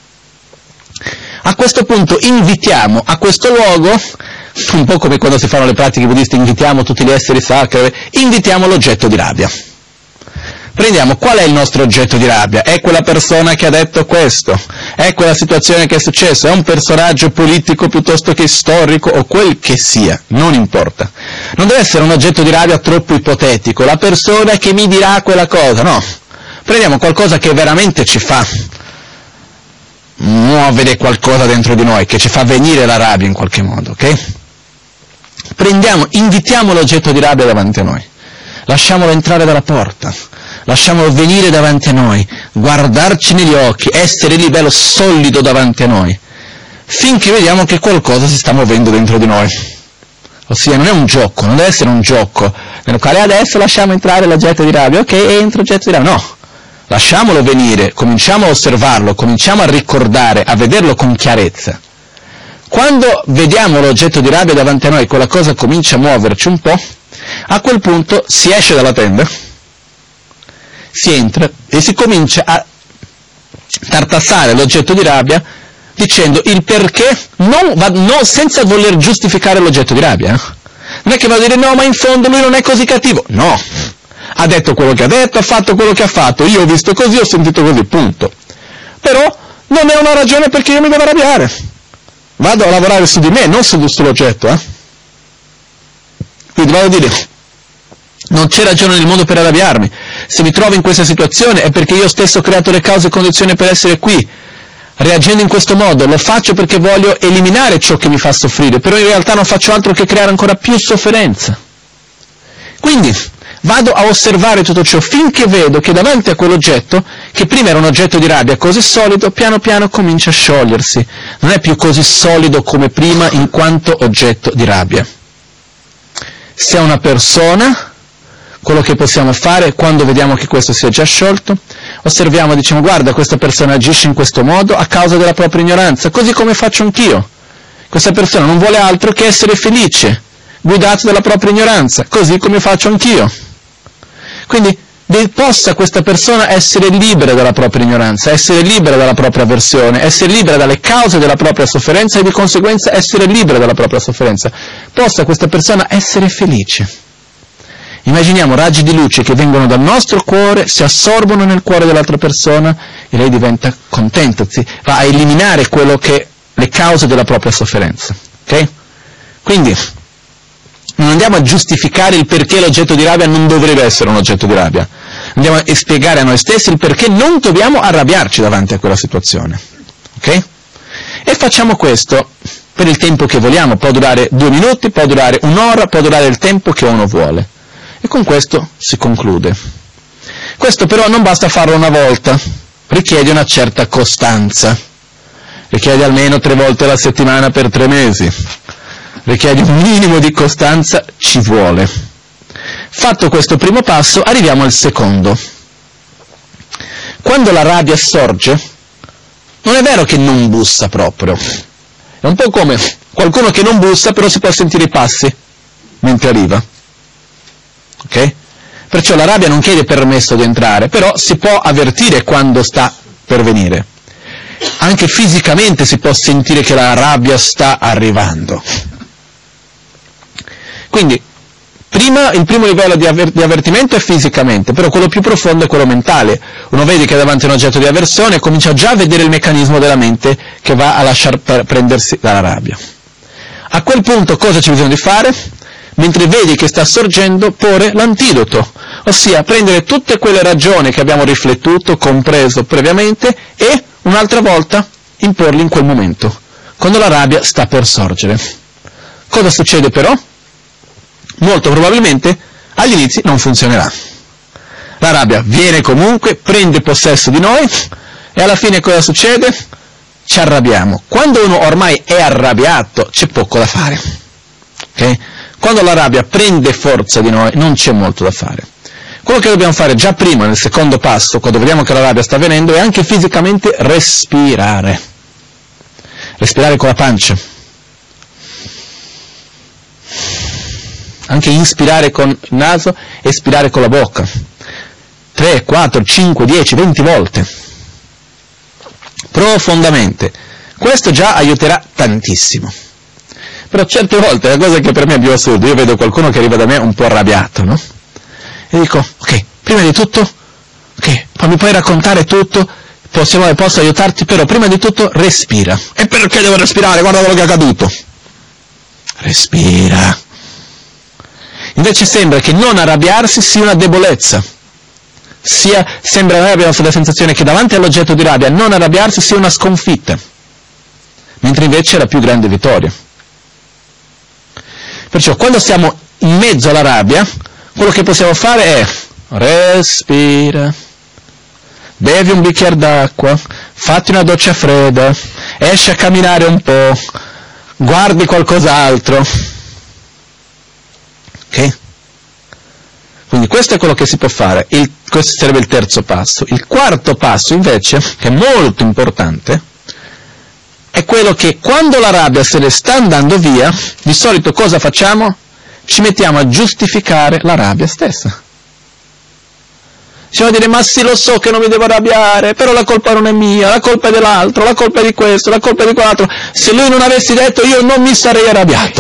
A questo punto invitiamo a questo luogo, un po' come quando si fanno le pratiche buddiste, invitiamo tutti gli esseri sacri, invitiamo l'oggetto di rabbia. Prendiamo qual è il nostro oggetto di rabbia, è quella persona che ha detto questo, è quella situazione che è successa, è un personaggio politico piuttosto che storico o quel che sia, non importa. Non deve essere un oggetto di rabbia troppo ipotetico, la persona che mi dirà quella cosa, no. Prendiamo qualcosa che veramente ci fa muovere qualcosa dentro di noi, che ci fa venire la rabbia in qualche modo, ok? Prendiamo, invitiamo l'oggetto di rabbia davanti a noi, lasciamolo entrare dalla porta, lasciamolo venire davanti a noi, guardarci negli occhi, essere lì bello solido davanti a noi, finché vediamo che qualcosa si sta muovendo dentro di noi. Ossia, non è un gioco, non deve essere un gioco nel quale adesso lasciamo entrare l'oggetto di rabbia, ok, entra l'oggetto di rabbia, no. Lasciamolo venire, cominciamo a osservarlo, cominciamo a ricordare, a vederlo con chiarezza. Quando vediamo l'oggetto di rabbia davanti a noi, quella cosa comincia a muoverci un po', a quel punto si esce dalla tenda, si entra e si comincia a tartassare l'oggetto di rabbia dicendo il perché, non, va, non senza voler giustificare l'oggetto di rabbia. Eh? Non è che va a dire no, ma in fondo lui non è così cattivo. No! Ha detto quello che ha detto, ha fatto quello che ha fatto, io ho visto così, ho sentito così, punto. Però non è una ragione perché io mi devo arrabbiare. Vado a lavorare su di me, non su, sull'oggetto. Eh? Quindi vado a dire, non c'è ragione nel mondo per arrabbiarmi. se mi trovo in questa situazione è perché io stesso ho creato le cause e condizioni per essere qui. Reagendo in questo modo lo faccio perché voglio eliminare ciò che mi fa soffrire, però in realtà non faccio altro che creare ancora più sofferenza. Quindi vado a osservare tutto ciò finché vedo che davanti a quell'oggetto, che prima era un oggetto di rabbia così solido, piano piano comincia a sciogliersi. Non è più così solido come prima in quanto oggetto di rabbia. Se è una persona, quello che possiamo fare quando vediamo che questo si è già sciolto, osserviamo e diciamo: guarda, questa persona agisce in questo modo a causa della propria ignoranza, così come faccio anch'io. Questa persona non vuole altro che essere felice, guidato dalla propria ignoranza, così come faccio anch'io. Quindi possa questa persona essere libera dalla propria ignoranza, essere libera dalla propria avversione, essere libera dalle cause della propria sofferenza e di conseguenza essere libera dalla propria sofferenza. Possa questa persona essere felice. Immaginiamo raggi di luce che vengono dal nostro cuore, si assorbono nel cuore dell'altra persona e lei diventa contenta, va a eliminare quello che le cause della propria sofferenza. Ok? Quindi non andiamo a giustificare il perché l'oggetto di rabbia non dovrebbe essere un oggetto di rabbia. Andiamo a spiegare a noi stessi il perché non dobbiamo arrabbiarci davanti a quella situazione. Ok? E facciamo questo per il tempo che vogliamo. Può durare due minuti, può durare un'ora, può durare il tempo che uno vuole. E con questo si conclude. Questo però non basta farlo una volta, richiede una certa costanza, richiede almeno tre volte alla settimana per tre mesi, richiede un minimo di costanza, ci vuole. Fatto questo primo passo, arriviamo al secondo. Quando la rabbia sorge, non è vero che non bussa proprio, è un po' come qualcuno che non bussa però si può sentire i passi mentre arriva. Ok? Perciò la rabbia non chiede permesso di entrare, però si può avvertire quando sta per venire. Anche fisicamente si può sentire che la rabbia sta arrivando. Quindi, prima, il primo livello di, avver- di avvertimento è fisicamente, però quello più profondo è quello mentale. Uno vede che è davanti a un oggetto di avversione e comincia già a vedere il meccanismo della mente che va a lasciar per- prendersi dalla rabbia. A quel punto cosa c'è bisogno di fare? Mentre vedi che sta sorgendo, porre l'antidoto, ossia prendere tutte quelle ragioni che abbiamo riflettuto, compreso previamente, e un'altra volta imporli in quel momento, quando la rabbia sta per sorgere. Cosa succede però? Molto probabilmente agli inizi non funzionerà. La rabbia viene comunque, prende possesso di noi, e alla fine cosa succede? Ci arrabbiamo. Quando uno ormai è arrabbiato, c'è poco da fare. Ok? Quando la rabbia prende forza di noi non c'è molto da fare. Quello che dobbiamo fare già prima, nel secondo passo, quando vediamo che la rabbia sta venendo, è anche fisicamente respirare. Respirare con la pancia. Anche inspirare con il naso, espirare con la bocca. tre, quattro, cinque, dieci, venti volte. Profondamente. Questo già aiuterà tantissimo. Però certe volte la cosa che per me è più assurda, io vedo qualcuno che arriva da me un po' arrabbiato, no? E dico: ok, prima di tutto, ok, poi mi puoi raccontare tutto, possiamo, posso aiutarti, però prima di tutto respira. E perché devo respirare? Guarda quello che è accaduto. Respira. Invece sembra che non arrabbiarsi sia una debolezza. Sia, sembra noi abbiamo la sensazione che davanti all'oggetto di rabbia non arrabbiarsi sia una sconfitta, mentre invece è la più grande vittoria. Perciò quando siamo in mezzo alla rabbia, quello che possiamo fare è respira, bevi un bicchiere d'acqua, fatti una doccia fredda, esci a camminare un po', guardi qualcos'altro. Ok? Quindi questo è quello che si può fare, il, questo sarebbe il terzo passo. Il quarto passo invece, che è molto importante, è quello che quando la rabbia se ne sta andando via, di solito cosa facciamo? Ci mettiamo a giustificare la rabbia stessa. Ci va a dire: ma sì, lo so che non mi devo arrabbiare, però la colpa non è mia, la colpa è dell'altro, la colpa è di questo, la colpa è di quell'altro. Se lui non avessi detto, io non mi sarei arrabbiato.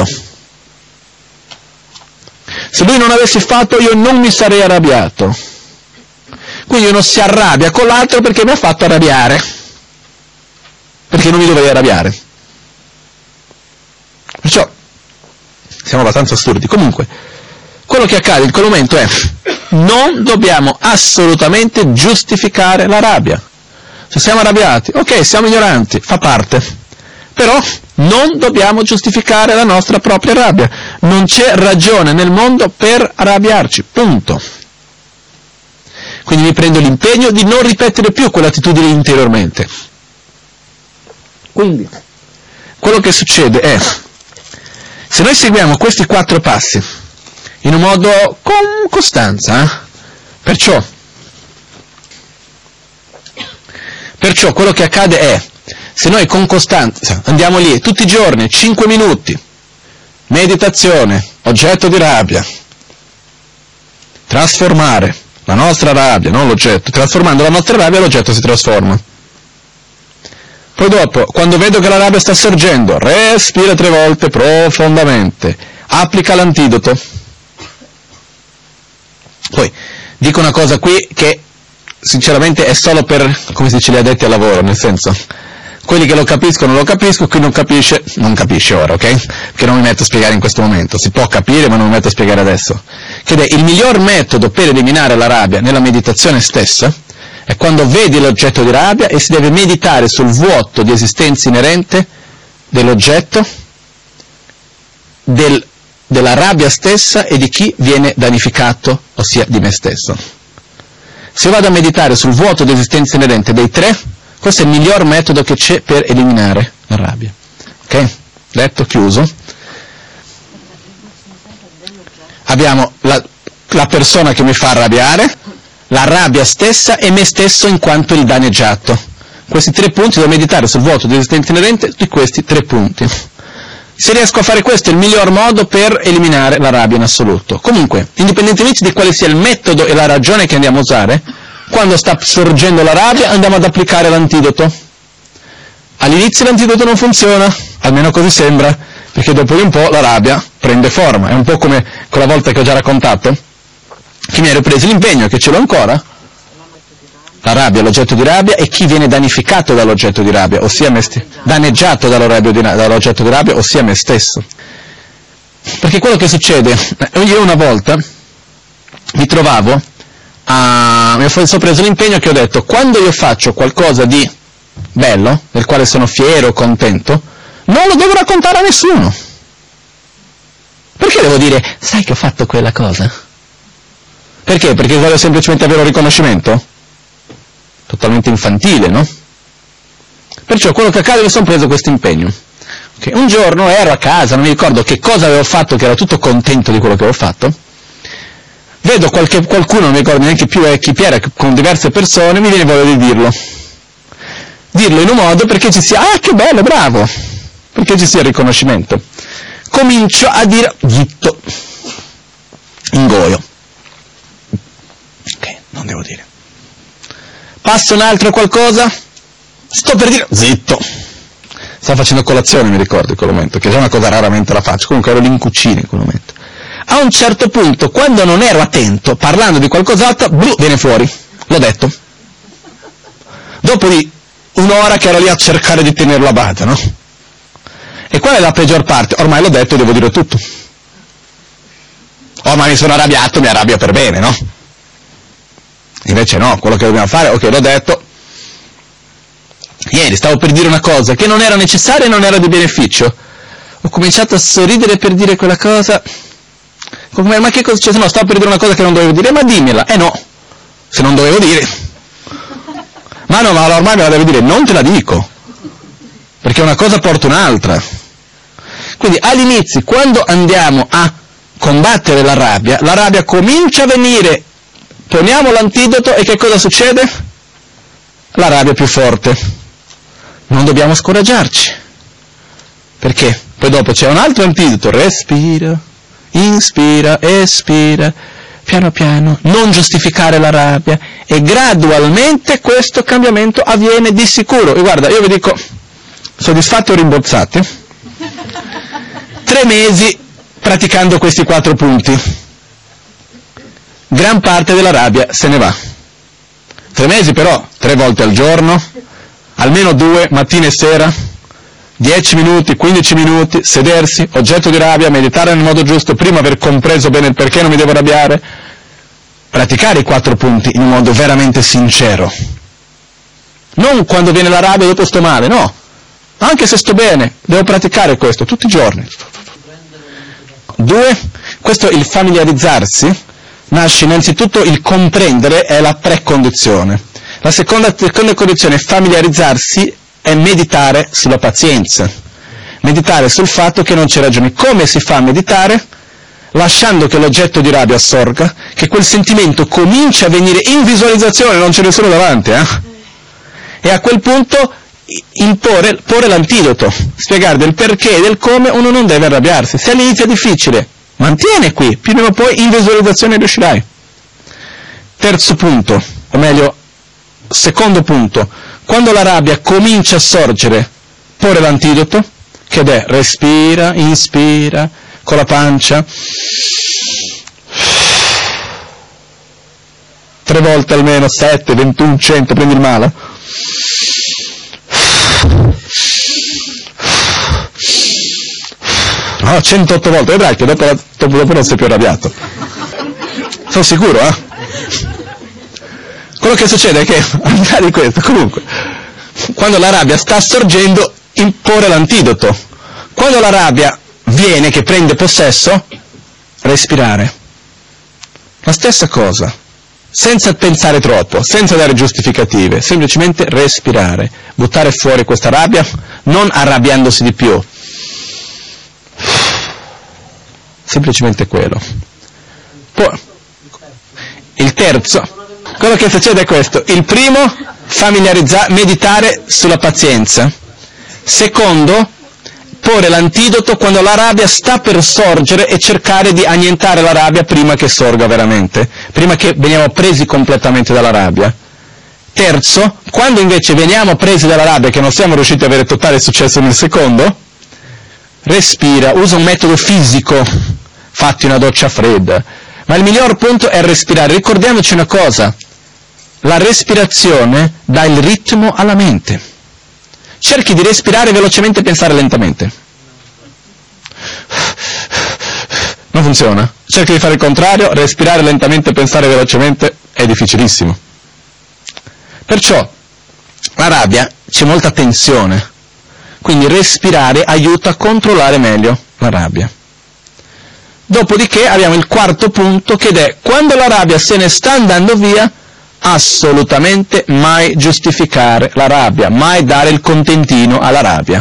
Se lui non avessi fatto, io non mi sarei arrabbiato. Quindi uno si arrabbia con l'altro perché mi ha fatto arrabbiare, perché non mi dovevi arrabbiare. Perciò siamo abbastanza assurdi. Comunque, quello che accade in quel momento è: non dobbiamo assolutamente giustificare la rabbia. Se siamo arrabbiati, ok, siamo ignoranti, fa parte, però non dobbiamo giustificare la nostra propria rabbia. Non c'è ragione nel mondo per arrabbiarci, punto. Quindi mi prendo l'impegno di non ripetere più quell'attitudine interiormente. Quindi, quello che succede è, se noi seguiamo questi quattro passi in un modo con costanza, eh? perciò, perciò quello che accade è, se noi con costanza andiamo lì tutti i giorni, cinque minuti, meditazione, oggetto di rabbia, trasformare la nostra rabbia, non l'oggetto, trasformando la nostra rabbia l'oggetto si trasforma. Poi dopo, quando vedo che la rabbia sta sorgendo, respira tre volte profondamente, applica l'antidoto. Poi, dico una cosa qui che sinceramente è solo per, come si dice, gli addetti al lavoro, nel senso, quelli che lo capiscono lo capisco, chi non capisce, non capisce ora, ok? Che non mi metto a spiegare in questo momento, si può capire ma non mi metto a spiegare adesso. Che è il miglior metodo per eliminare la rabbia nella meditazione stessa, è quando vedi l'oggetto di rabbia e si deve meditare sul vuoto di esistenza inerente dell'oggetto, del, della rabbia stessa e di chi viene danificato, ossia di me stesso. Se io vado a meditare sul vuoto di esistenza inerente dei tre, questo è il miglior metodo che c'è per eliminare la rabbia. Ok? Letto, chiuso. Abbiamo la, la persona che mi fa arrabbiare, la rabbia stessa e me stesso in quanto il danneggiato. Questi tre punti, devo meditare sul vuoto di esistenza inerente di questi tre punti. Se riesco a fare questo è il miglior modo per eliminare la rabbia in assoluto. Comunque, indipendentemente di quale sia il metodo e la ragione che andiamo a usare, quando sta sorgendo la rabbia andiamo ad applicare l'antidoto. All'inizio l'antidoto non funziona, almeno così sembra, perché dopo di un po' la rabbia prende forma. È un po' come quella volta che ho già raccontato, che mi ero preso l'impegno, che ce l'ho ancora, la rabbia, l'oggetto di rabbia, e chi viene danificato dall'oggetto di rabbia, ossia me stesso, danneggiato dall'oggetto di rabbia, ossia me stesso. Perché quello che succede, io una volta mi trovavo, a, mi sono preso l'impegno che ho detto, quando io faccio qualcosa di bello, del quale sono fiero, contento, non lo devo raccontare a nessuno. Perché devo dire, sai che ho fatto quella cosa? Perché? Perché voglio semplicemente avere un riconoscimento? Totalmente infantile, no? Perciò quello che accade è che sono preso questo impegno. Okay. Un giorno ero a casa, non mi ricordo che cosa avevo fatto, che ero tutto contento di quello che avevo fatto, vedo qualche, qualcuno, non mi ricordo neanche più chi era, con diverse persone, mi viene voglia di dirlo. Dirlo in un modo perché ci sia, ah che bello, bravo, perché ci sia il riconoscimento. Comincio a dire, zitto, ingoio. Ok, non devo dire. Passa un altro qualcosa, sto per dire, zitto. Stavo facendo colazione, mi ricordo, in quel momento, che è una cosa raramente la faccio, comunque ero lì in cucina in quel momento. A un certo punto, quando non ero attento, parlando di qualcos'altro, blu, viene fuori, l'ho detto. Dopo di un'ora che ero lì a cercare di tenerlo a bada, no? E qual è la peggior parte? Ormai l'ho detto, devo dire tutto. Ormai mi sono arrabbiato, mi arrabbio per bene, no? Invece no, quello che dobbiamo fare, ok, l'ho detto. Ieri stavo per dire una cosa che non era necessaria e non era di beneficio. Ho cominciato a sorridere per dire quella cosa. Come, ma che cosa c'è? No, stavo per dire una cosa che non dovevo dire, ma dimmela. Eh no, se non dovevo dire. Ma no, ma ormai me la devi dire, non te la dico. Perché una cosa porta un'altra. Quindi all'inizio, quando andiamo a combattere la rabbia, la rabbia comincia a venire, poniamo l'antidoto e che cosa succede? La rabbia è più forte. Non dobbiamo scoraggiarci. Perché? Poi dopo c'è un altro antidoto, respira, inspira, espira, piano piano, non giustificare la rabbia, e gradualmente questo cambiamento avviene di sicuro. E guarda, io vi dico, soddisfatti o rimborsati, tre mesi praticando questi quattro punti, gran parte della rabbia se ne va. Tre mesi però, tre volte al giorno, almeno due, mattina e sera, dieci minuti, quindici minuti, sedersi, oggetto di rabbia, meditare nel modo giusto, prima aver compreso bene il perché non mi devo arrabbiare, praticare i quattro punti in un modo veramente sincero. Non quando viene la rabbia e dopo sto male, no. Anche se sto bene, devo praticare questo tutti i giorni. Due, questo il familiarizzarsi, nasce innanzitutto il comprendere, è la precondizione. La seconda, seconda condizione è familiarizzarsi, è meditare sulla pazienza. Meditare sul fatto che non c'è ragione. Come si fa a meditare? Lasciando che l'oggetto di rabbia assorga, che quel sentimento cominci a venire in visualizzazione, non c'è nessuno davanti, eh? E a quel punto imporre, porre l'antidoto, spiegare del perché e del come uno non deve arrabbiarsi. Se all'inizio è difficile, mantiene qui, più o poi in visualizzazione riuscirai. Terzo punto, o meglio, secondo punto, quando la rabbia comincia a sorgere, porre l'antidoto, che è respira, inspira, con la pancia, tre volte almeno, sette, ventuno, cento, prendi il male. No, centotto volte, vedrai che dopo, dopo, dopo non sei più arrabbiato. Sono sicuro, eh? Quello che succede è che, al di là di questo, comunque, quando la rabbia sta sorgendo, imporre l'antidoto. Quando la rabbia viene, che prende possesso, respirare. La stessa cosa, senza pensare troppo, senza dare giustificative, semplicemente respirare, buttare fuori questa rabbia, non arrabbiandosi di più. Semplicemente quello. Poi, il terzo, quello che succede è questo. Il primo, familiarizzare, meditare sulla pazienza. Secondo, porre l'antidoto quando la rabbia sta per sorgere e cercare di annientare la rabbia prima che sorga veramente, prima che veniamo presi completamente dalla rabbia. Terzo, quando invece veniamo presi dalla rabbia, che non siamo riusciti ad avere totale successo nel secondo, respira, usa un metodo fisico, fatti una doccia fredda, ma il miglior punto è respirare. Ricordiamoci una cosa, la respirazione dà il ritmo alla mente. Cerchi di respirare velocemente e pensare lentamente. Non funziona. Cerchi di fare il contrario, respirare lentamente e pensare velocemente è difficilissimo. Perciò la rabbia c'è molta tensione, quindi respirare aiuta a controllare meglio la rabbia. Dopodiché abbiamo il quarto punto, che è quando la rabbia se ne sta andando via, assolutamente mai giustificare la rabbia, mai dare il contentino alla rabbia.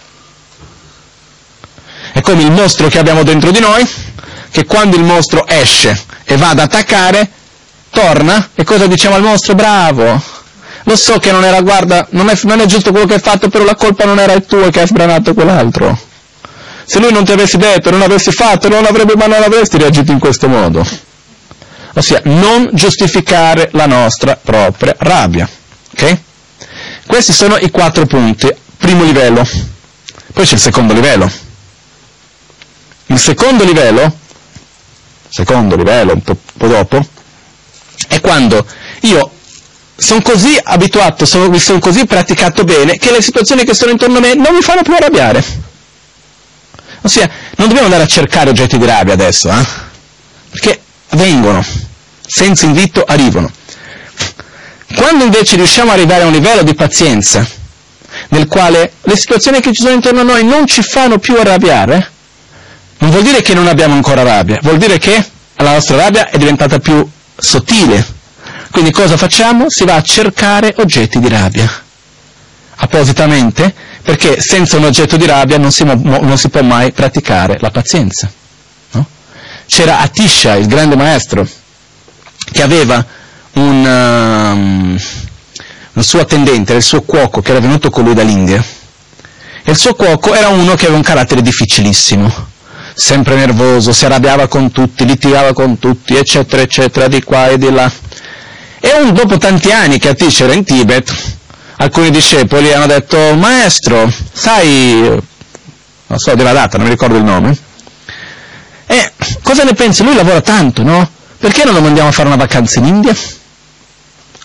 È come il mostro che abbiamo dentro di noi, che quando il mostro esce e va ad attaccare, torna e cosa diciamo al mostro? Bravo, lo so che non era, guarda, non è, non è giusto quello che hai fatto, però la colpa non era tua che hai sbranato quell'altro. Se lui non ti avessi detto, non avessi fatto, non avrebbe, ma non avresti reagito in questo modo. Ossia, non giustificare la nostra propria rabbia. Ok? Questi sono i quattro punti. Primo livello. Poi c'è il secondo livello. Il secondo livello, secondo livello, un po', un po' dopo, è quando io sono così abituato, sono, mi sono così praticato bene, che le situazioni che sono intorno a me non mi fanno più arrabbiare. Ossia, non dobbiamo andare a cercare oggetti di rabbia adesso, eh? Perché vengono, senza invito arrivano. Quando invece riusciamo ad arrivare a un livello di pazienza, nel quale le situazioni che ci sono intorno a noi non ci fanno più arrabbiare, non vuol dire che non abbiamo ancora rabbia, vuol dire che la nostra rabbia è diventata più sottile. Quindi cosa facciamo? Si va a cercare oggetti di rabbia, appositamente, perché senza un oggetto di rabbia non si, non si può mai praticare la pazienza. No? C'era Atisha, il grande maestro, che aveva un, um, un suo attendente, il suo cuoco, che era venuto con lui dall'India. E il suo cuoco era uno che aveva un carattere difficilissimo, sempre nervoso, si arrabbiava con tutti, litigava con tutti, eccetera, eccetera, di qua e di là. E un, dopo tanti anni che Atisha era in Tibet, alcuni discepoli hanno detto: maestro, sai, non so della data, non mi ricordo il nome, e cosa ne pensi? Lui lavora tanto, no? Perché non lo mandiamo a fare una vacanza in India?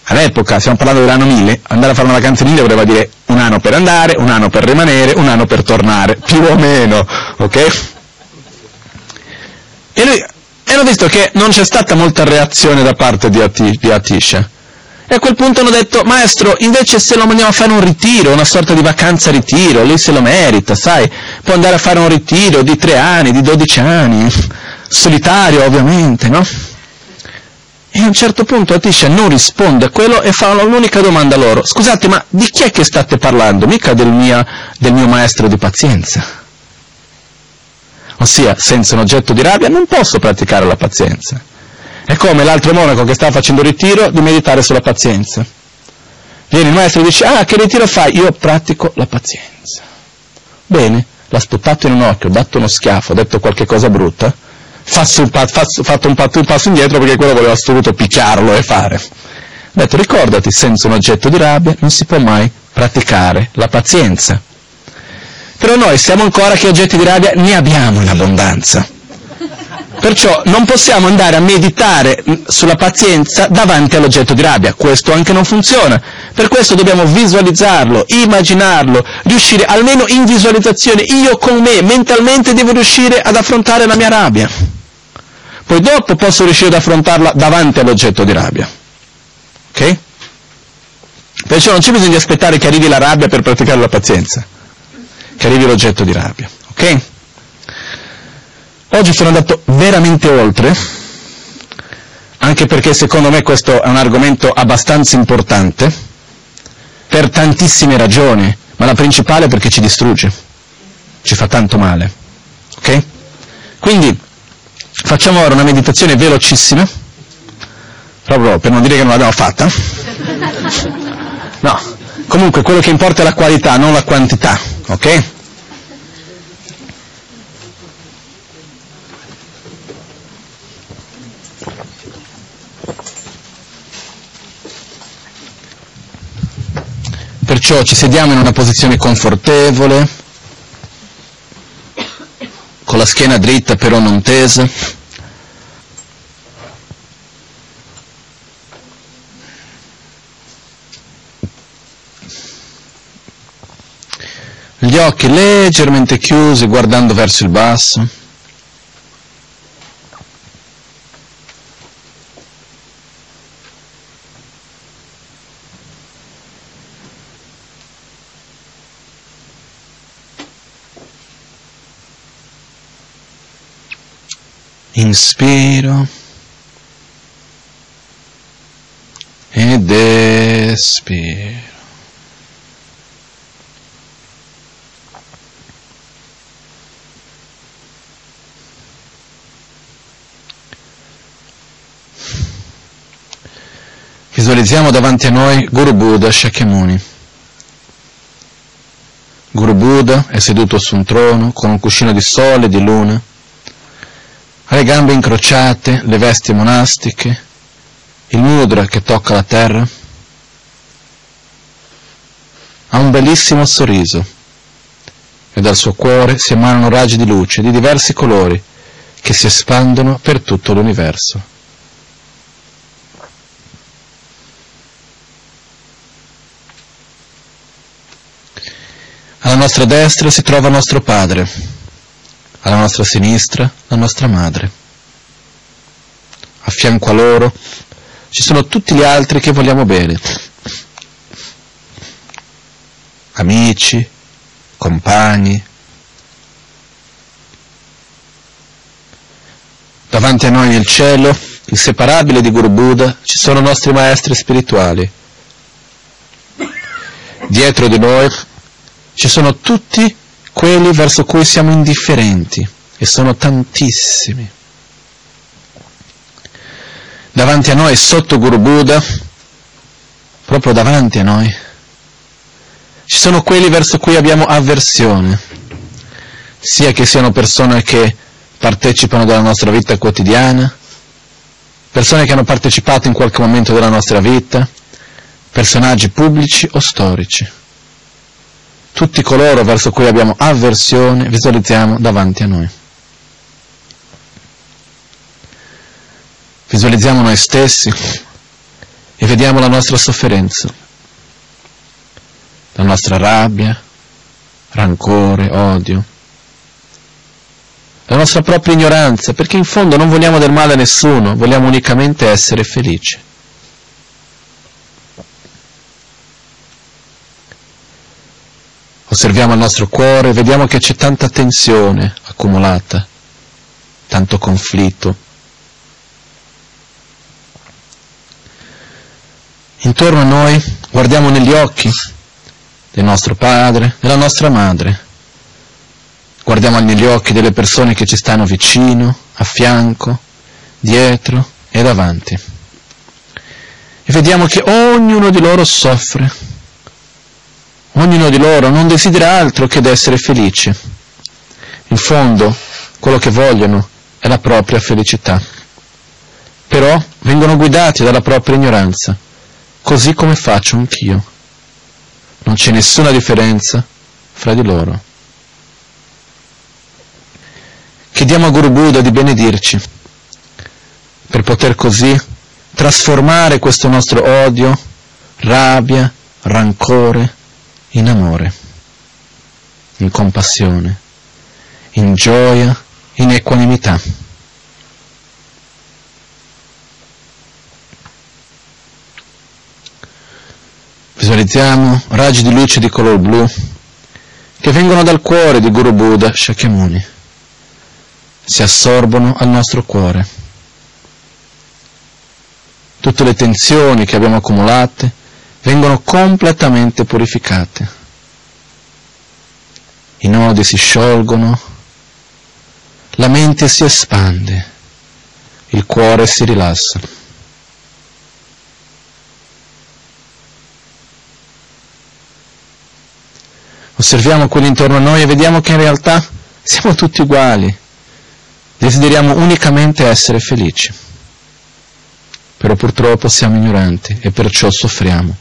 All'epoca, stiamo parlando dell'anno mille, andare a fare una vacanza in India voleva dire un anno per andare, un anno per rimanere, un anno per tornare, più o meno, ok? E lui, e hanno visto che non c'è stata molta reazione da parte di, Ati, di Atisha. E a quel punto hanno detto, maestro, invece se lo mandiamo a fare un ritiro, una sorta di vacanza-ritiro, lui se lo merita, sai, può andare a fare un ritiro di tre anni, di dodici anni, solitario ovviamente, no? E a un certo punto Atisha non risponde a quello e fa l'unica domanda a loro, scusate, ma di chi è che state parlando? Mica del, mia, del mio maestro di pazienza. Ossia, senza un oggetto di rabbia non posso praticare la pazienza. È come l'altro monaco che stava facendo ritiro di meditare sulla pazienza. Viene il maestro e dice, ah, che ritiro fai? Io pratico la pazienza. Bene, l'ha sputato in un occhio, ha dato uno schiaffo, ha detto qualche cosa brutta, fatto un, pa- fatto un, pa- un passo indietro perché quello voleva assoluto picchiarlo e fare. Ha detto, ricordati, senza un oggetto di rabbia non si può mai praticare la pazienza. Però noi siamo ancora che oggetti di rabbia ne abbiamo in abbondanza. Perciò non possiamo andare a meditare sulla pazienza davanti all'oggetto di rabbia, questo anche non funziona. Per questo dobbiamo visualizzarlo, immaginarlo, riuscire almeno in visualizzazione, io con me, mentalmente devo riuscire ad affrontare la mia rabbia. Poi dopo posso riuscire ad affrontarla davanti all'oggetto di rabbia. Ok? Perciò non c'è bisogno di aspettare che arrivi la rabbia per praticare la pazienza, che arrivi l'oggetto di rabbia. Ok? Oggi sono andato veramente oltre, anche perché secondo me questo è un argomento abbastanza importante, per tantissime ragioni, ma la principale è perché ci distrugge, ci fa tanto male, ok? Quindi facciamo ora una meditazione velocissima, proprio per non dire che non l'abbiamo fatta, no, comunque quello che importa è la qualità, non la quantità, ok? Perciò ci sediamo in una posizione confortevole, con la schiena dritta però non tesa. Gli occhi leggermente chiusi, guardando verso il basso. Inspiro ed espiro. Visualizziamo davanti a noi Guru Buddha Shakyamuni. Guru Buddha è seduto su un trono con un cuscino di sole e di luna. Ha le gambe incrociate, le vesti monastiche, il mudra che tocca la terra. Ha un bellissimo sorriso e dal suo cuore si emanano raggi di luce di diversi colori che si espandono per tutto l'universo. Alla nostra destra si trova nostro padre. Alla nostra sinistra la nostra madre. A fianco a loro ci sono tutti gli altri che vogliamo bene. Amici, compagni. Davanti a noi nel cielo, inseparabile di Guru Buddha, ci sono nostri maestri spirituali. Dietro di noi ci sono tutti quelli verso cui siamo indifferenti, e sono tantissimi. Davanti a noi, sotto Guru Buddha, proprio davanti a noi, ci sono quelli verso cui abbiamo avversione, sia che siano persone che partecipano della nostra vita quotidiana, persone che hanno partecipato in qualche momento della nostra vita, personaggi pubblici o storici. Tutti coloro verso cui abbiamo avversione visualizziamo davanti a noi. Visualizziamo noi stessi e vediamo la nostra sofferenza, la nostra rabbia, rancore, odio, la nostra propria ignoranza, perché in fondo non vogliamo del male a nessuno, vogliamo unicamente essere felici. Osserviamo il nostro cuore, vediamo che c'è tanta tensione accumulata, tanto conflitto. Intorno a noi guardiamo negli occhi del nostro padre, della nostra madre, guardiamo negli occhi delle persone che ci stanno vicino, a fianco, dietro e davanti. E vediamo che ognuno di loro soffre, ognuno di loro non desidera altro che di essere felici. In fondo, quello che vogliono è la propria felicità. Però vengono guidati dalla propria ignoranza, così come faccio anch'io. Non c'è nessuna differenza fra di loro. Chiediamo a Guru Buddha di benedirci, per poter così trasformare questo nostro odio, rabbia, rancore, in amore, in compassione, in gioia, in equanimità. Visualizziamo raggi di luce di color blu che vengono dal cuore di Guru Buddha Shakyamuni, si assorbono al nostro cuore. Tutte le tensioni che abbiamo accumulate vengono completamente purificate. I nodi si sciolgono, la mente si espande, il cuore si rilassa. Osserviamo quelli intorno a noi e vediamo che in realtà siamo tutti uguali. Desideriamo unicamente essere felici. Però purtroppo siamo ignoranti e perciò soffriamo.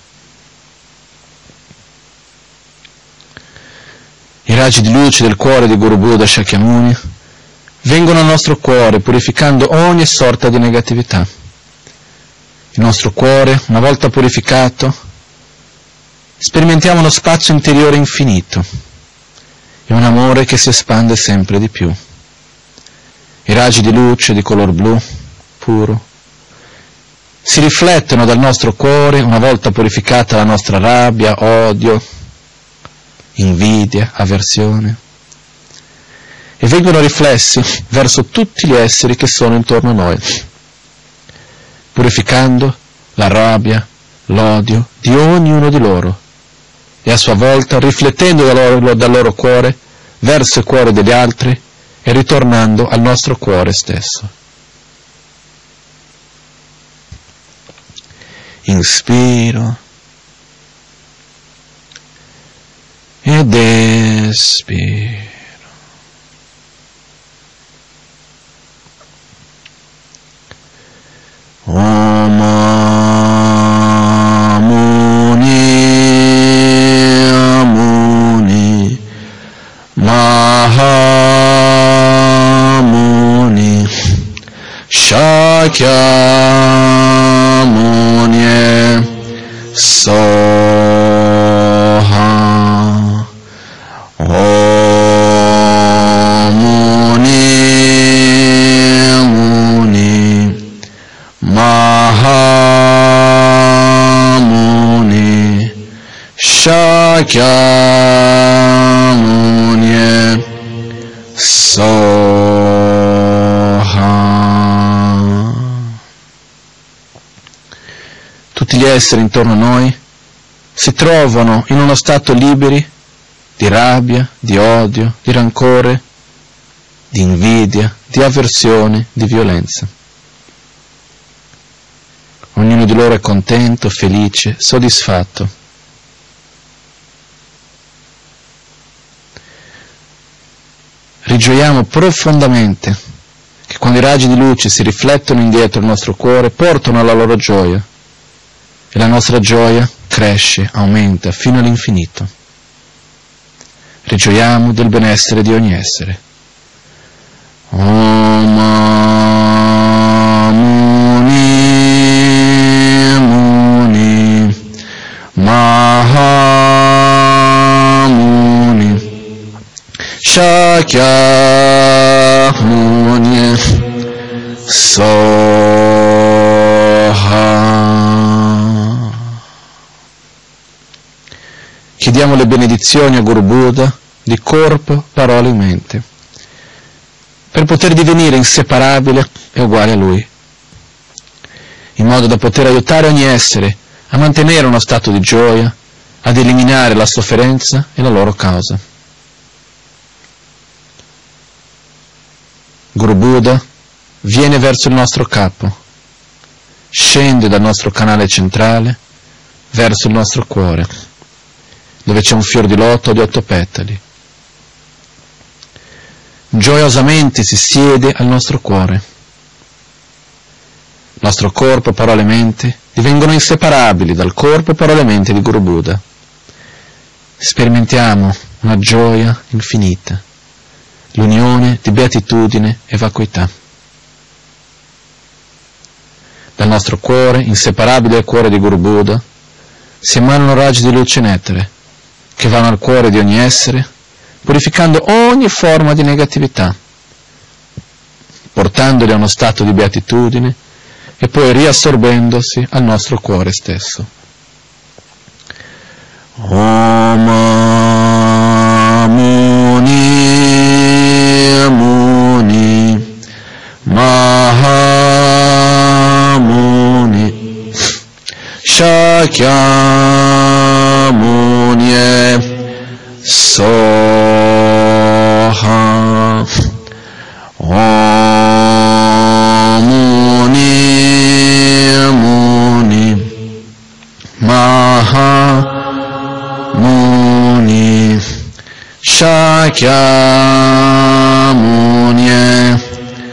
I raggi di luce del cuore di Guru Buddha Shakyamuni vengono al nostro cuore purificando ogni sorta di negatività. Il nostro cuore, una volta purificato, sperimentiamo uno spazio interiore infinito e un amore che si espande sempre di più. I raggi di luce di color blu puro si riflettono dal nostro cuore una volta purificata la nostra rabbia, odio, invidia, avversione, e vengono riflessi verso tutti gli esseri che sono intorno a noi, purificando la rabbia, l'odio di ognuno di loro e a sua volta riflettendo dal loro, dal loro cuore verso il cuore degli altri e ritornando al nostro cuore stesso. Inspiro ed espiro. Om Muni Muni Mahamuni Shakyamuni Soha Om Muni Muni Mahamuni Shakyamuni Soha. Tutti gli esseri intorno a noi si trovano in uno stato liberi di rabbia, di odio, di rancore, di invidia, di avversione, di violenza. Ognuno di loro è contento, felice, soddisfatto. Rigioiamo profondamente che quando i raggi di luce si riflettono indietro al nostro cuore, portano la loro gioia e la nostra gioia cresce, aumenta fino all'infinito. Rigioiamo del benessere di ogni essere. Om Muni Muni Shakyamuni Soha. Chiediamo le benedizioni a Guru Buddha di corpo, parola e mente, per poter divenire inseparabile e uguale a Lui, in modo da poter aiutare ogni essere a mantenere uno stato di gioia, ad eliminare la sofferenza e la loro causa. Guru Buddha viene verso il nostro capo, scende dal nostro canale centrale verso il nostro cuore, dove c'è un fior di loto di otto petali. Gioiosamente si siede al nostro cuore. Nostro corpo, parola e mente divengono inseparabili dal corpo, parola e mente di Guru Buddha. Sperimentiamo una gioia infinita, l'unione di beatitudine e vacuità. Dal nostro cuore, inseparabile dal cuore di Guru Buddha, si emanano raggi di luce nettere che vanno al cuore di ogni essere, purificando ogni forma di negatività, portandoli a uno stato di beatitudine e poi riassorbendosi al nostro cuore stesso. Om Muni Muni Mahamuni Shakyamuni Soha. Om Muni Muni Mahamuni Shakyamuni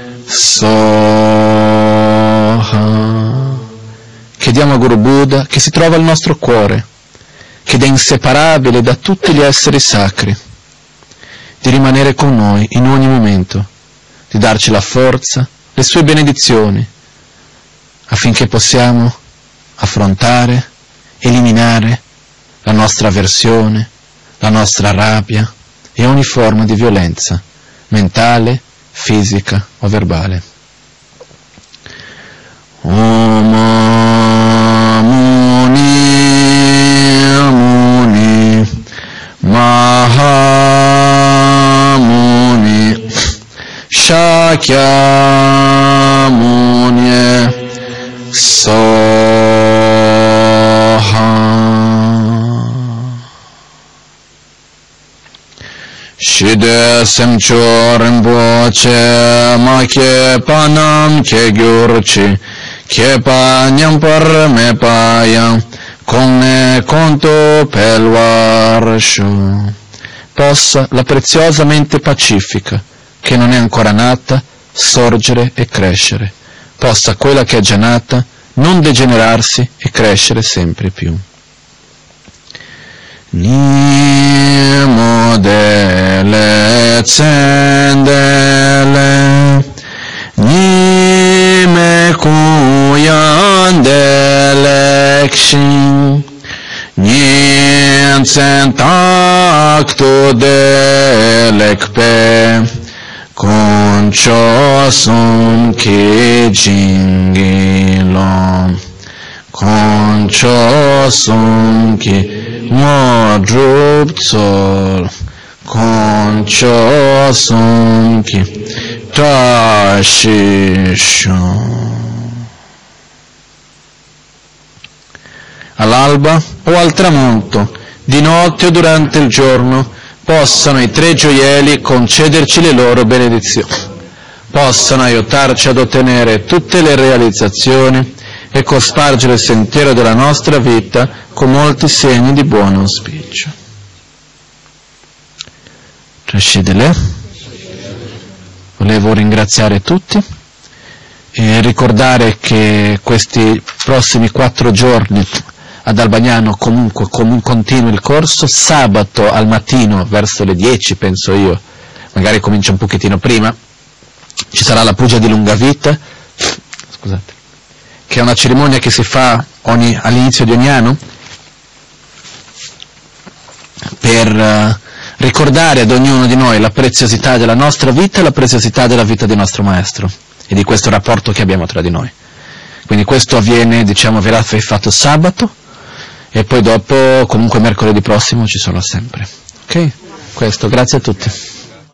Soha. Chiediamo a Guru Buddha, che si trova al nostro cuore, che è inseparabile da tutti gli esseri sacri, di rimanere con noi in ogni momento, di darci la forza, le sue benedizioni, affinché possiamo affrontare, eliminare la nostra avversione, la nostra rabbia e ogni forma di violenza, mentale, fisica o verbale. Om Muni Muni Mahamuni Shakyamuni Soha. Shide Semcho Rinpoche Make Panam Ke Gyurchi Ke Panyam Parme Payam Come Conto Pelvarsho. Possa la preziosa mente pacifica, che non è ancora nata, sorgere e crescere. Possa quella che è già nata non degenerarsi e crescere sempre più. Nimo dele tsendele Nime kuyan dele kshin Nien sentakto dele kpe Concho sum ki jingilom Concho sum ki modrup tsol Concho sum ki tashisho. All'alba o al tramonto, di notte o durante il giorno, possano i tre gioielli concederci le loro benedizioni, possano aiutarci ad ottenere tutte le realizzazioni e cospargere il sentiero della nostra vita con molti segni di buon auspicio. Rashidele, volevo ringraziare tutti e ricordare che questi prossimi quattro giorni ad Albagnano comunque com- continua il corso. Sabato al mattino verso le dieci, penso io, magari comincia un pochettino prima, ci sarà la puja di Lungavita, scusate, che è una cerimonia che si fa ogni, all'inizio di ogni anno per uh, ricordare ricordare ad ognuno di noi la preziosità della nostra vita e la preziosità della vita del nostro Maestro e di questo rapporto che abbiamo tra di noi. Quindi questo avviene, diciamo, verrà fatto sabato e poi dopo, comunque mercoledì prossimo ci sono sempre. Ok? Questo, grazie a tutti.